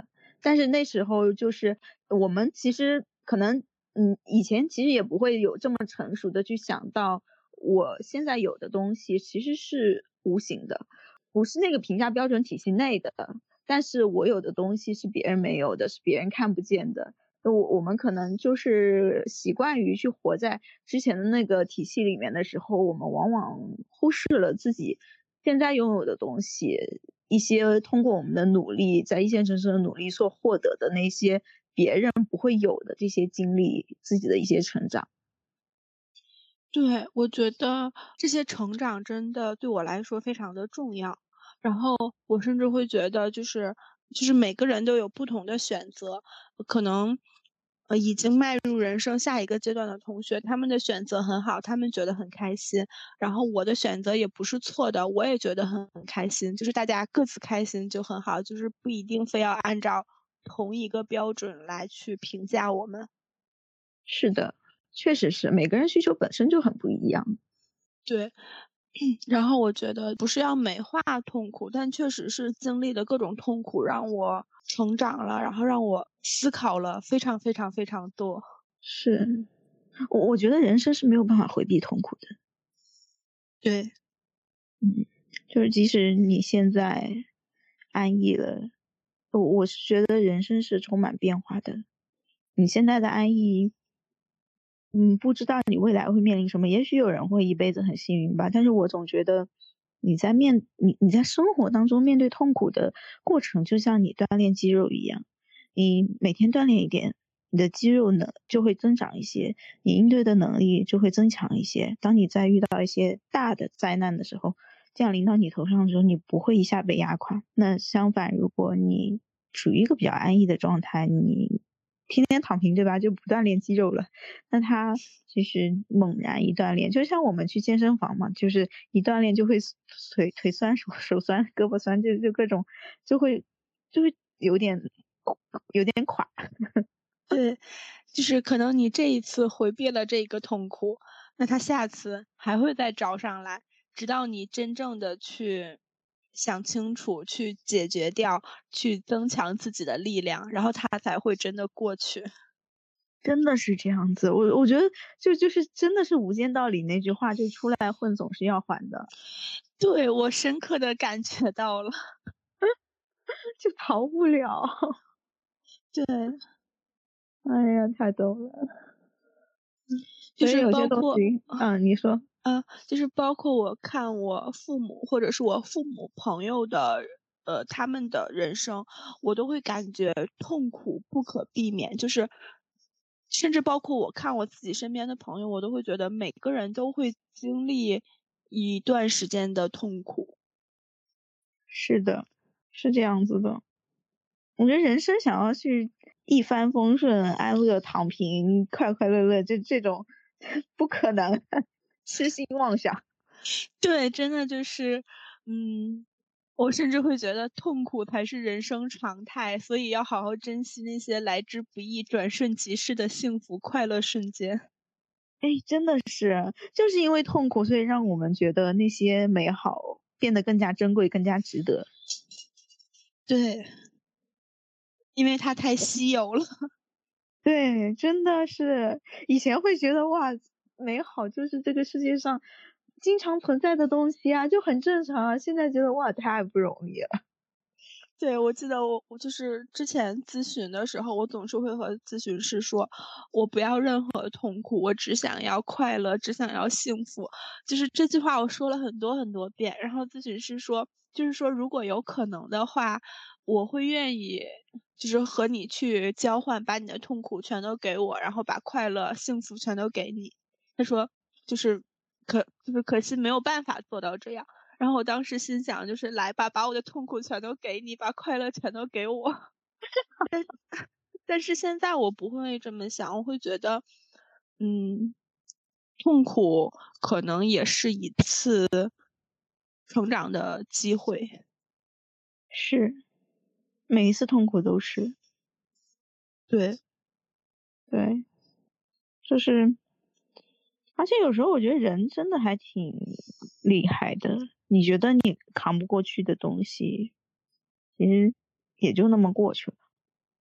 但是那时候就是我们其实可能嗯以前其实也不会有这么成熟的去想到我现在有的东西其实是无形的，不是那个评价标准体系内的，但是我有的东西是别人没有的，是别人看不见的。我我们可能就是习惯于去活在之前的那个体系里面的时候，我们往往忽视了自己现在拥有的东西，一些通过我们的努力，在一线城市的努力所获得的那些别人不会有的这些经历，自己的一些成长。 对，我觉得这些成长真的对我来说非常的重要。然后我甚至会觉得，就是就是每个人都有不同的选择，可能呃已经迈入人生下一个阶段的同学，他们的选择很好，他们觉得很开心。然后我的选择也不是错的，我也觉得很很开心。就是大家各自开心就很好，就是不一定非要按照同一个标准来去评价我们。 是的，确实是每个人需求本身就很不一样。 对。然后我觉得不是要美化痛苦，但确实是经历的各种痛苦让我成长了，然后让我思考了非常非常非常多。 是，我我觉得人生是没有办法回避痛苦的。 对， 嗯，就是即使你现在安逸了，我我是觉得人生是充满变化的。你现在的安逸，嗯，不知道你未来会面临什么。也许有人会一辈子很幸运吧，但是我总觉得你在面你你在生活当中面对痛苦的过程，就像你锻炼肌肉一样，你每天锻炼一点，你的肌肉呢就会增长一些，你应对的能力就会增强一些。当你在遇到一些大的灾难的时候，降临到你头上的时候，你不会一下被压垮。那相反，如果你处于一个比较安逸的状态，你天天躺平，对吧？就不锻炼肌肉了。那他其实猛然一锻炼，就像我们去健身房嘛，就是一锻炼就会腿腿酸、手手酸、胳膊酸，就就各种就会就会有点有点垮。 对，就是可能你这一次回避了这个痛苦，那他下次还会再找上来，直到你真正的去想清楚，去解决掉，去增强自己的力量，然后他才会真的过去。 真的是这样子，我我觉得就就是真的是无间道里那句话，就出来混总是要还的。 对，我深刻的感觉到了。 就逃不了。 对， 哎呀，太逗了。 就是所以有些包括东西，嗯，你说。 呃，就是包括我看我父母或者是我父母朋友的呃他们的人生，我都会感觉痛苦不可避免。就是甚至包括我看我自己身边的朋友，我都会觉得每个人都会经历一段时间的痛苦。 是的，是这样子的。我觉得人生想要去一帆风顺、安乐躺平、快快乐乐，这这种不可能，痴心妄想。 对，真的就是，嗯，我甚至会觉得痛苦才是人生常态，所以要好好珍惜那些来之不易、转瞬即逝的幸福快乐瞬间。 哎，真的是，就是因为痛苦，所以让我们觉得那些美好变得更加珍贵、更加值得。 对，因为它太稀有了。 对，真的是，以前会觉得哇，美好就是这个世界上经常存在的东西啊，就很正常啊。现在觉得哇，太不容易了。 对，我记得我我就是之前咨询的时候，我总是会和咨询师说，我不要任何痛苦，我只想要快乐，只想要幸福。就是这句话我说了很多很多遍，然后咨询师说，就是说如果有可能的话，我会愿意就是和你去交换，把你的痛苦全都给我，然后把快乐、幸福全都给你。他说，就是可就是可惜没有办法做到这样。然后我当时心想，就是来吧，把我的痛苦全都给你，把快乐全都给我。但但是现在我不会这么想，我会觉得，嗯，痛苦可能也是一次成长的机会。 是，每一次痛苦都是。 对， 对，就是，而且有时候我觉得人真的还挺厉害的。你觉得你扛不过去的东西，其实也就那么过去了。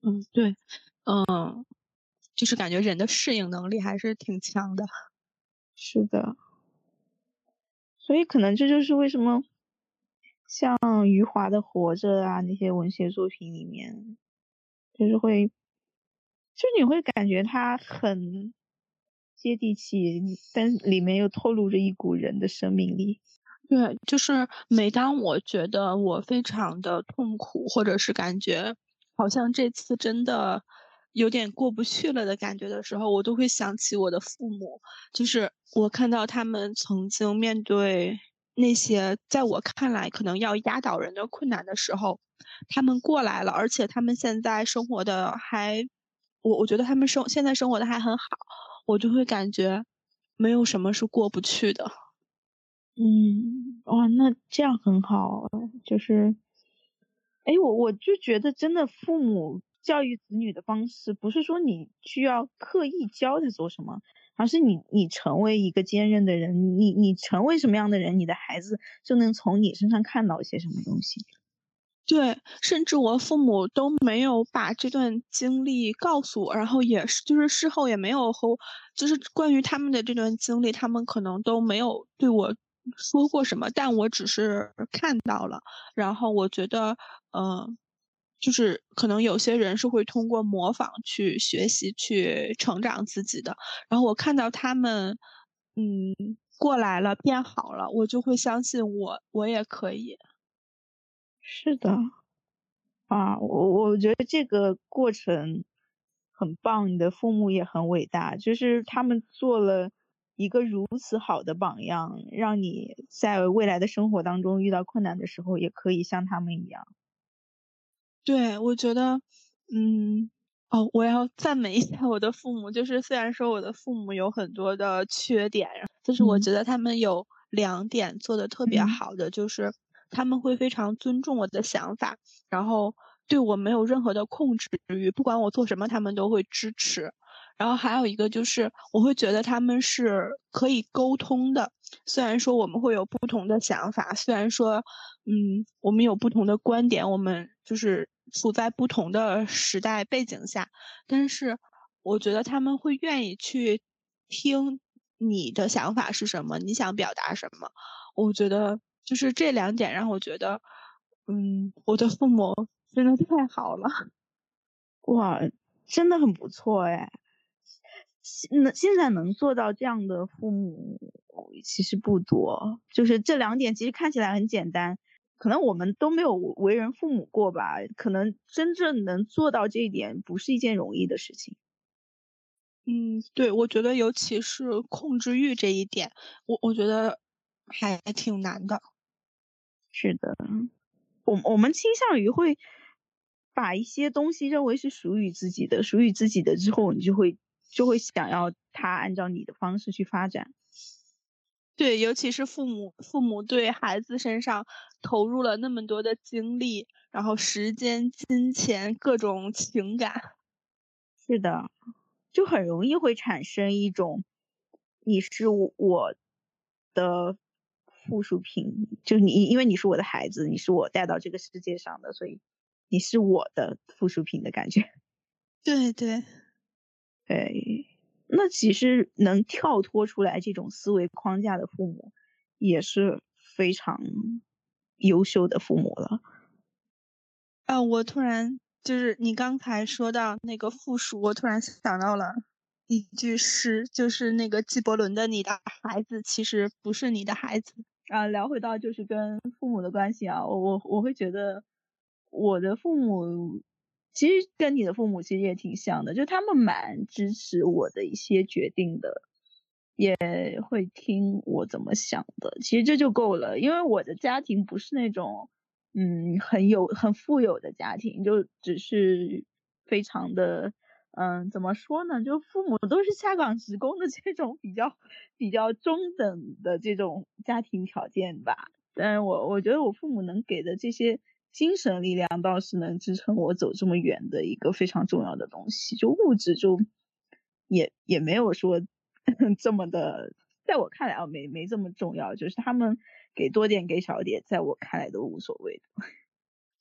嗯，对，嗯，就是感觉人的适应能力还是挺强的。 是的，所以可能这就是为什么像余华的《活着》啊那些文学作品里面，就是会，就你会感觉他很接地气，但里面又透露着一股人的生命力。 对，就是每当我觉得我非常的痛苦，或者是感觉好像这次真的有点过不去了的感觉的时候，我都会想起我的父母。就是我看到他们曾经面对那些在我看来可能要压倒人的困难的时候，他们过来了，而且他们现在生活的还，我我觉得他们生现在生活的还很好，我就会感觉没有什么是过不去的。 嗯，哇，那这样很好，就是，哎，我我就觉得真的父母教育子女的方式，不是说你需要刻意教他做什么，而是你你成为一个坚韧的人，你你成为什么样的人，你的孩子就能从你身上看到一些什么东西。 对，甚至我父母都没有把这段经历告诉我，然后也是就是事后也没有和就是关于他们的这段经历，他们可能都没有对我说过什么，但我只是看到了。然后我觉得，呃，就是可能有些人是会通过模仿去学习、去成长自己的。然后我看到他们，嗯，过来了，变好了，我就会相信我我也可以。 是的，啊，我我觉得这个过程很棒，你的父母也很伟大，就是他们做了一个如此好的榜样，让你在未来的生活当中遇到困难的时候，也可以像他们一样。 对，我觉得，嗯，哦，我要赞美一下我的父母，就是虽然说我的父母有很多的缺点，但是我嗯觉得他们有两点做得特别嗯好的，就是他们会非常尊重我的想法，然后对我没有任何的控制欲，不管我做什么，他们都会支持。然后还有一个就是，我会觉得他们是可以沟通的，虽然说我们会有不同的想法，虽然说，嗯，我们有不同的观点，我们就是处在不同的时代背景下，但是我觉得他们会愿意去听你的想法是什么，你想表达什么。我觉得就是这两点让我觉得，嗯，我的父母真的太好了。 哇，真的很不错哎。现能现在能做到这样的父母其实不多，就是这两点其实看起来很简单，可能我们都没有为人父母过吧，可能真正能做到这一点不是一件容易的事情。 嗯，对，我觉得尤其是控制欲这一点，我我觉得还挺难的。 是的，我我们倾向于会把一些东西认为是属于自己的，属于自己的之后，你就会就会想要他按照你的方式去发展。 对，尤其是父母，父母对孩子身上投入了那么多的精力，然后时间、金钱、各种情感。 是的，就很容易会产生一种你是我的附属品，就你因为你是我的孩子，你是我带到这个世界上的，所以你是我的附属品的感觉。 对对。 对，那其实能跳脱出来这种思维框架的父母，也是非常优秀的父母了。 啊，我突然就是你刚才说到那个附属，我突然想到了一句诗，就是那个纪伯伦的“你的孩子其实不是你的孩子”。 啊，聊回到就是跟父母的关系啊，我我我会觉得我的父母其实跟你的父母其实也挺像的，就他们蛮支持我的一些决定的，也会听我怎么想的，其实这就够了，因为我的家庭不是那种嗯很有很富有的家庭，就只是非常的。嗯，怎么说呢？就父母都是下岗职工的这种比较比较中等的这种家庭条件吧。但是我我觉得我父母能给的这些精神力量，倒是能支撑我走这么远的一个非常重要的东西。就物质就也也没有说这么的，在我看来啊，没没这么重要。就是他们给多点给少点，在我看来都无所谓的。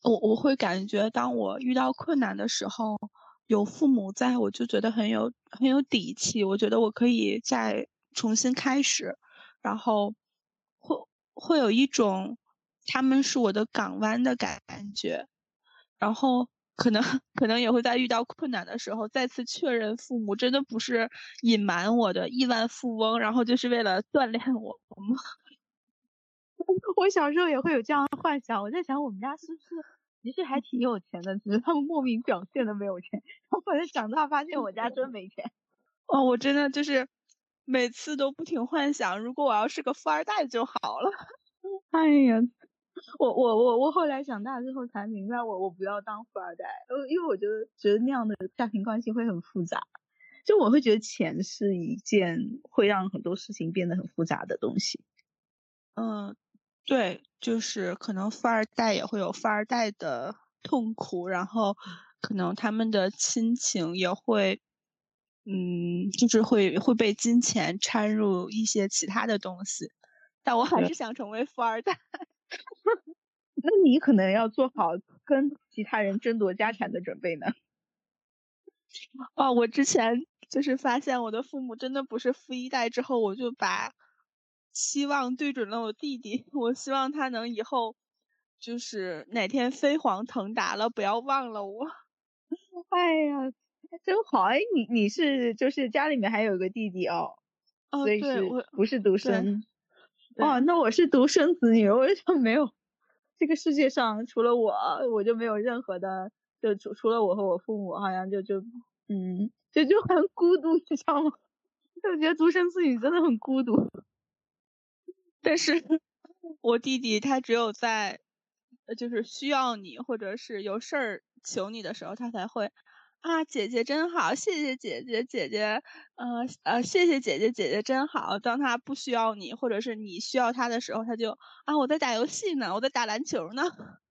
我我会感觉当我遇到困难的时候，有父母在，我就觉得很有很有底气，我觉得我可以再重新开始，然后会会有一种他们是我的港湾的感觉，然后可能可能也会在遇到困难的时候再次确认父母真的不是隐瞒我的亿万富翁，然后就是为了锻炼我吗？ 我小时候也会有这样的幻想，我在想我们家是不是其实还挺有钱的，只是他们莫名表现的没有钱，然后后来长大发现我家真没钱。 哦，我真的就是每次都不停幻想，如果我要是个富二代就好了。 哎呀，我我我我后来长大之后才明白我，我我不要当富二代，呃，因为我觉得觉得那样的家庭关系会很复杂，就我会觉得钱是一件会让很多事情变得很复杂的东西。 嗯，对，就是可能富二代也会有富二代的痛苦，然后可能他们的亲情也会，嗯，就是会会被金钱掺入一些其他的东西，但我还是想成为富二代。 那你可能要做好跟其他人争夺家产的准备呢。 哦，我之前就是发现我的父母真的不是富一代之后，我就把期望对准了我弟弟，我希望他能以后就是哪天飞黄腾达了，不要忘了我。 哎呀，真好！哎，你你是就是家里面还有个弟弟哦， 哦， 所以对， 是我不是独对生？ 对哦，那我是独生子女，我就没有这个世界上除了我，我就没有任何的，就除除了我和我父母，好像就就嗯，就就很孤独，你知道吗？我觉得独生子女真的很孤独。 但是我弟弟他只有在呃就是需要你或者是有事儿求你的时候，他才会啊，姐姐真好，谢谢姐姐，姐姐，呃呃，谢谢姐姐，姐姐真好。当他不需要你，或者是你需要他的时候，他就啊，我在打游戏呢，我在打篮球呢。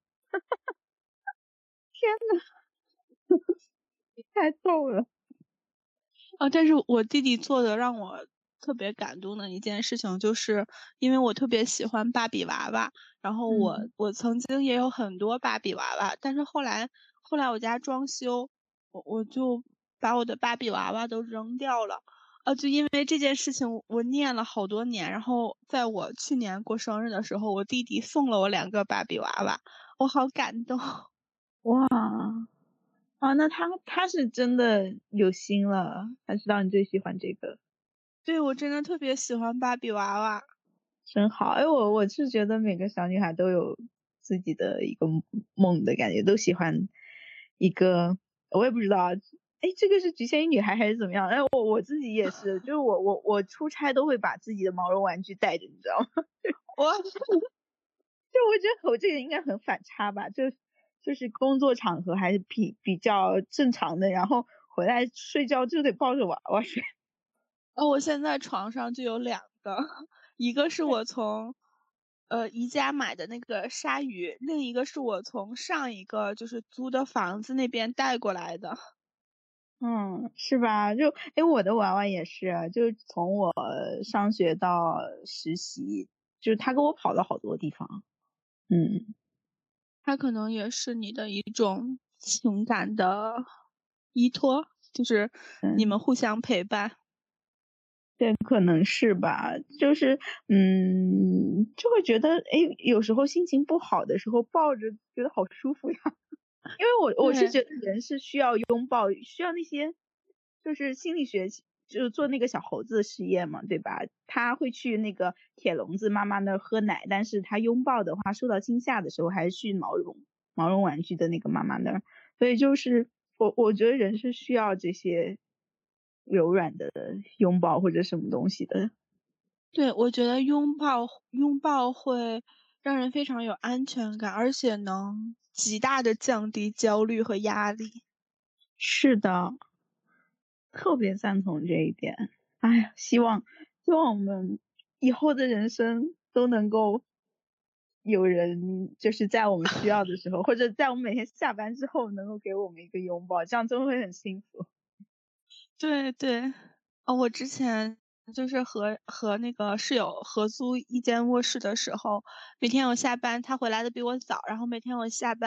天呐，你太逗了。 啊，但是我弟弟做的让我特别感动的一件事情，就是因为我特别喜欢芭比娃娃，然后我、 嗯、 我曾经也有很多芭比娃娃，但是后来后来我家装修，我我就把我的芭比娃娃都扔掉了，啊，就因为这件事情我念了好多年，然后在我去年过生日的时候，我弟弟送了我两个芭比娃娃，我好感动。 哇啊，那他他是真的有心了，他知道你最喜欢这个。 对，我真的特别喜欢芭比娃娃。 真好。哎，我我是觉得每个小女孩都有自己的一个梦的感觉，都喜欢一个，我也不知道，哎，这个是局限于女孩还是怎么样？哎，我我自己也是，就是我我我出差都会把自己的毛绒玩具带着，你知道吗？ 我就我觉得我这个应该很反差吧，就就是工作场合还是比比较正常的，然后回来睡觉就得抱着娃娃睡。 哦，我现在床上就有两个，一个是我从呃宜家买的那个鲨鱼，另一个是我从上一个就是租的房子那边带过来的。 嗯，是吧？就哎，我的娃娃也是啊，就是从我上学到实习，就是他跟我跑了好多地方。嗯， 它可能也是你的一种情感的依托，就是你们互相陪伴。 对，可能是吧。就是嗯，就会觉得哎，有时候心情不好的时候抱着，觉得好舒服呀。因为我我是觉得人是需要拥抱，需要那些，就是心理学就是做那个小猴子的实验嘛，对吧？他会去那个铁笼子妈妈那儿喝奶，但是他拥抱的话，受到惊吓的时候还是去毛绒毛绒玩具的那个妈妈那儿。所以就是我我觉得人是需要这些柔软的拥抱或者什么东西的。 对，我觉得拥抱拥抱会让人非常有安全感，而且能极大的降低焦虑和压力。 是的，特别赞同这一点。哎呀，希望希望我们以后的人生都能够有人就是在我们需要的时候，或者在我们每天下班之后能够给我们一个拥抱，这样真的会很幸福。 对对，哦，我之前就是和和那个室友合租一间卧室的时候，每天我下班，他回来的比我早，然后每天我下班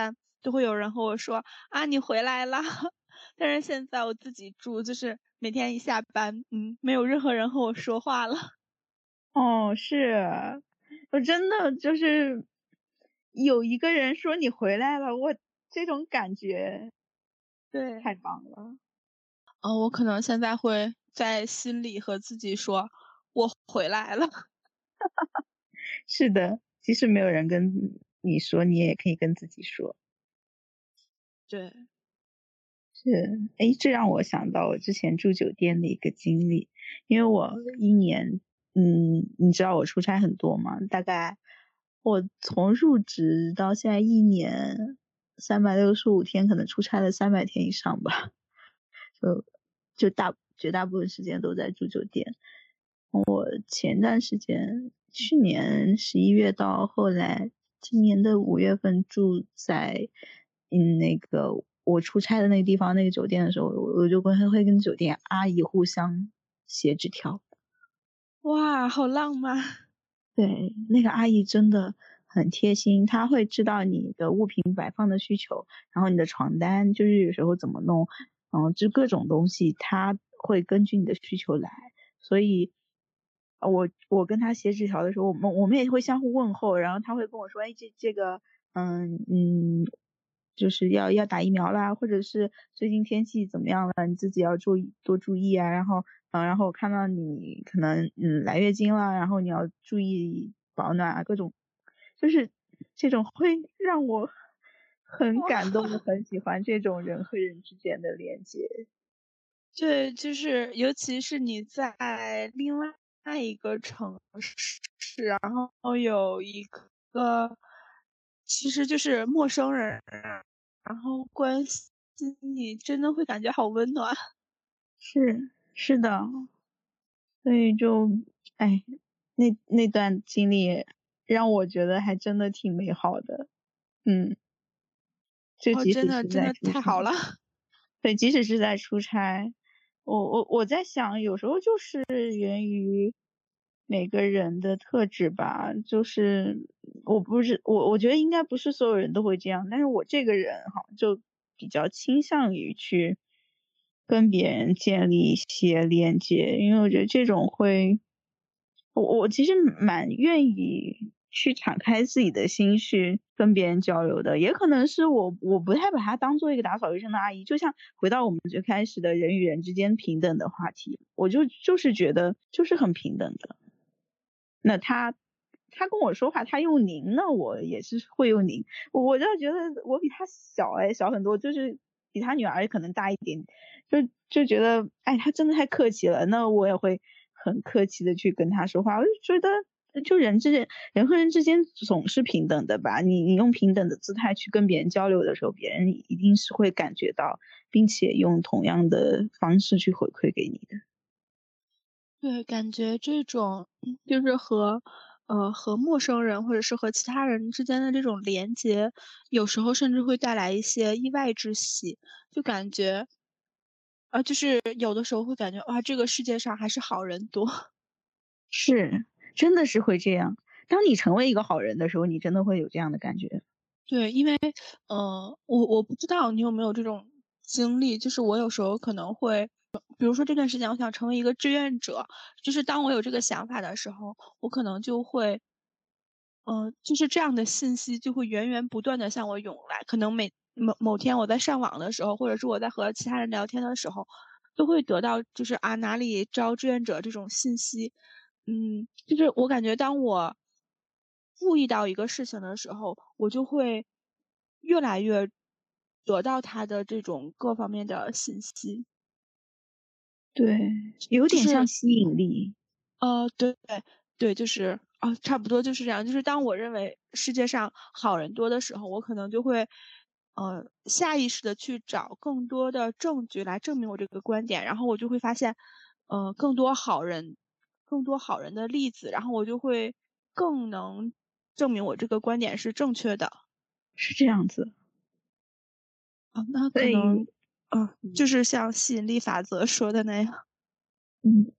就会有人和我说啊你回来了。但是现在我自己住，就是每天一下班，嗯，没有任何人和我说话了。 哦，是，我真的就是有一个人说你回来了，我这种感觉， 对， 太棒了。 哦，我可能现在会在心里和自己说，我回来了。 是的，即使没有人跟你说，你也可以跟自己说。 对， 是，哎，这让我想到我之前住酒店的一个经历，因为我一年，嗯，你知道我出差很多嘛，大概我从入职到现在一年，三百六十五天，可能出差了三百天以上吧，就就大绝大部分时间都在住酒店。我前段时间，去年十一月到后来今年的五月份住在嗯那个我出差的那个地方那个酒店的时候，我我就会会跟酒店阿姨互相写纸条。 哇，好浪漫。 对，那个阿姨真的很贴心，她会知道你的物品摆放的需求，然后你的床单就是有时候怎么弄，嗯，就各种东西，她会根据你的需求来。所以，呃我我跟她写纸条的时候，我们我们也会相互问候，然后她会跟我说，哎，这这个，嗯嗯，就是要要打疫苗啦，或者是最近天气怎么样了，你自己要注意多注意啊，然后。嗯，然后我看到你可能嗯来月经了，然后你要注意保暖啊，各种，就是这种会让我很哇， 感动，我很喜欢这种人和人之间的连接。 对，就是尤其是你在另外一个城市，然后有一个其实就是陌生人，然后关心你，真的会感觉好温暖。 是是的，所以就哎，那那段经历让我觉得还真的挺美好的。嗯，就哦， 即真使是在的真的出差。 太好了。 对，即使是在出差，我我我在想，有时候就是源于每个人的特质吧。就是我不是我，我觉得应该不是所有人都会这样，但是我这个人哈，就比较倾向于去跟别人建立一些连接，因为我觉得这种会。我我其实蛮愿意去敞开自己的心去跟别人交流的，也可能是我我不太把她当做一个打扫卫生的阿姨，就像回到我们最开始的人与人之间平等的话题，我就就是觉得就是很平等的。那他他跟我说话，他用您，那我也是会用您。我我就觉得我比他小哎，小很多，就是比他女儿可能大一点，就就觉得哎，他真的太客气了，那我也会很客气的去跟他说话。我就觉得，就人之间，人和人之间总是平等的吧？你你用平等的姿态去跟别人交流的时候，别人一定是会感觉到，并且用同样的方式去回馈给你的。 对，感觉这种就是和呃和陌生人或者是和其他人之间的这种连接，有时候甚至会带来一些意外之喜，就感觉，呃，就是有的时候会感觉哇，这个世界上还是好人多。 是，真的是会这样。当你成为一个好人的时候，你真的会有这样的感觉。 对，因为呃，我我不知道你有没有这种经历，就是我有时候可能会，比如说这段时间我想成为一个志愿者，就是当我有这个想法的时候，我可能就会。嗯，就是这样的信息就会源源不断的向我涌来。可能每某某天我在上网的时候，或者是我在和其他人聊天的时候，都会得到就是啊哪里招志愿者这种信息。嗯，就是我感觉当我注意到一个事情的时候，我就会越来越得到他的这种各方面的信息。 对，有就是点像吸引力。 呃，对对对，就是啊，差不多就是这样。就是当我认为世界上好人多的时候，我可能就会，呃，下意识的去找更多的证据来证明我这个观点，然后我就会发现，呃，更多好人，更多好人的例子，然后我就会更能证明我这个观点是正确的。 是这样子。 啊，那可对， 能，呃，就是像吸引力法则说的那样。 嗯，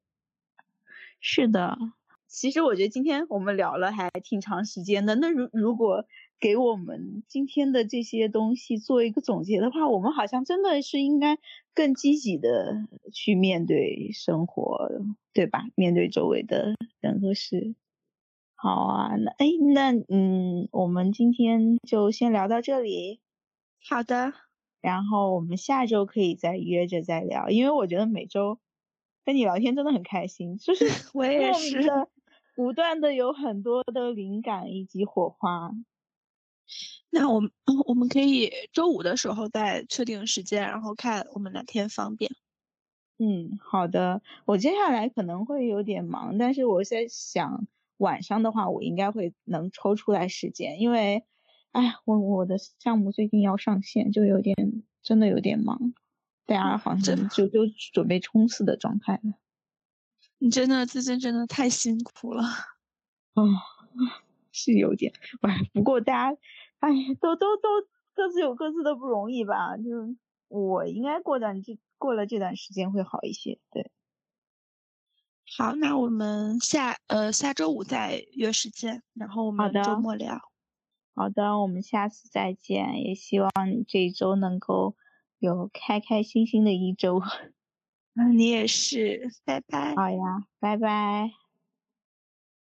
是的。其实我觉得今天我们聊了还挺长时间的。那如如果给我们今天的这些东西做一个总结的话，我们好像真的是应该更积极的去面对生活，对吧？面对周围的人和事。好啊，那哎，那嗯，我们今天就先聊到这里。 好的， 然后我们下周可以再约着再聊，因为我觉得每周跟你聊天真的很开心，就是我也莫名是。 的不断的有很多的灵感以及火花。 那我们我们可以周五的时候再确定时间，然后看我们哪天方便。 嗯，好的。我接下来可能会有点忙，但是我在想晚上的话，我应该会能抽出来时间，因为，哎，我我的项目最近要上线，就有点真的有点忙，大家好这像就就准备冲刺的状态了。 你真的最近真的太辛苦了。 哦，是有点，哎，不过大家，哎，都都都各自有各自的不容易吧。就我应该过段这过了这段时间会好一些。对， 好，那我们下呃下周五再约时间，然后我们好的， 周末聊。 好的，我们下次再见。也希望你这一周能够有开开心心的一周。 嗯，你也是，拜拜。 好呀，拜拜。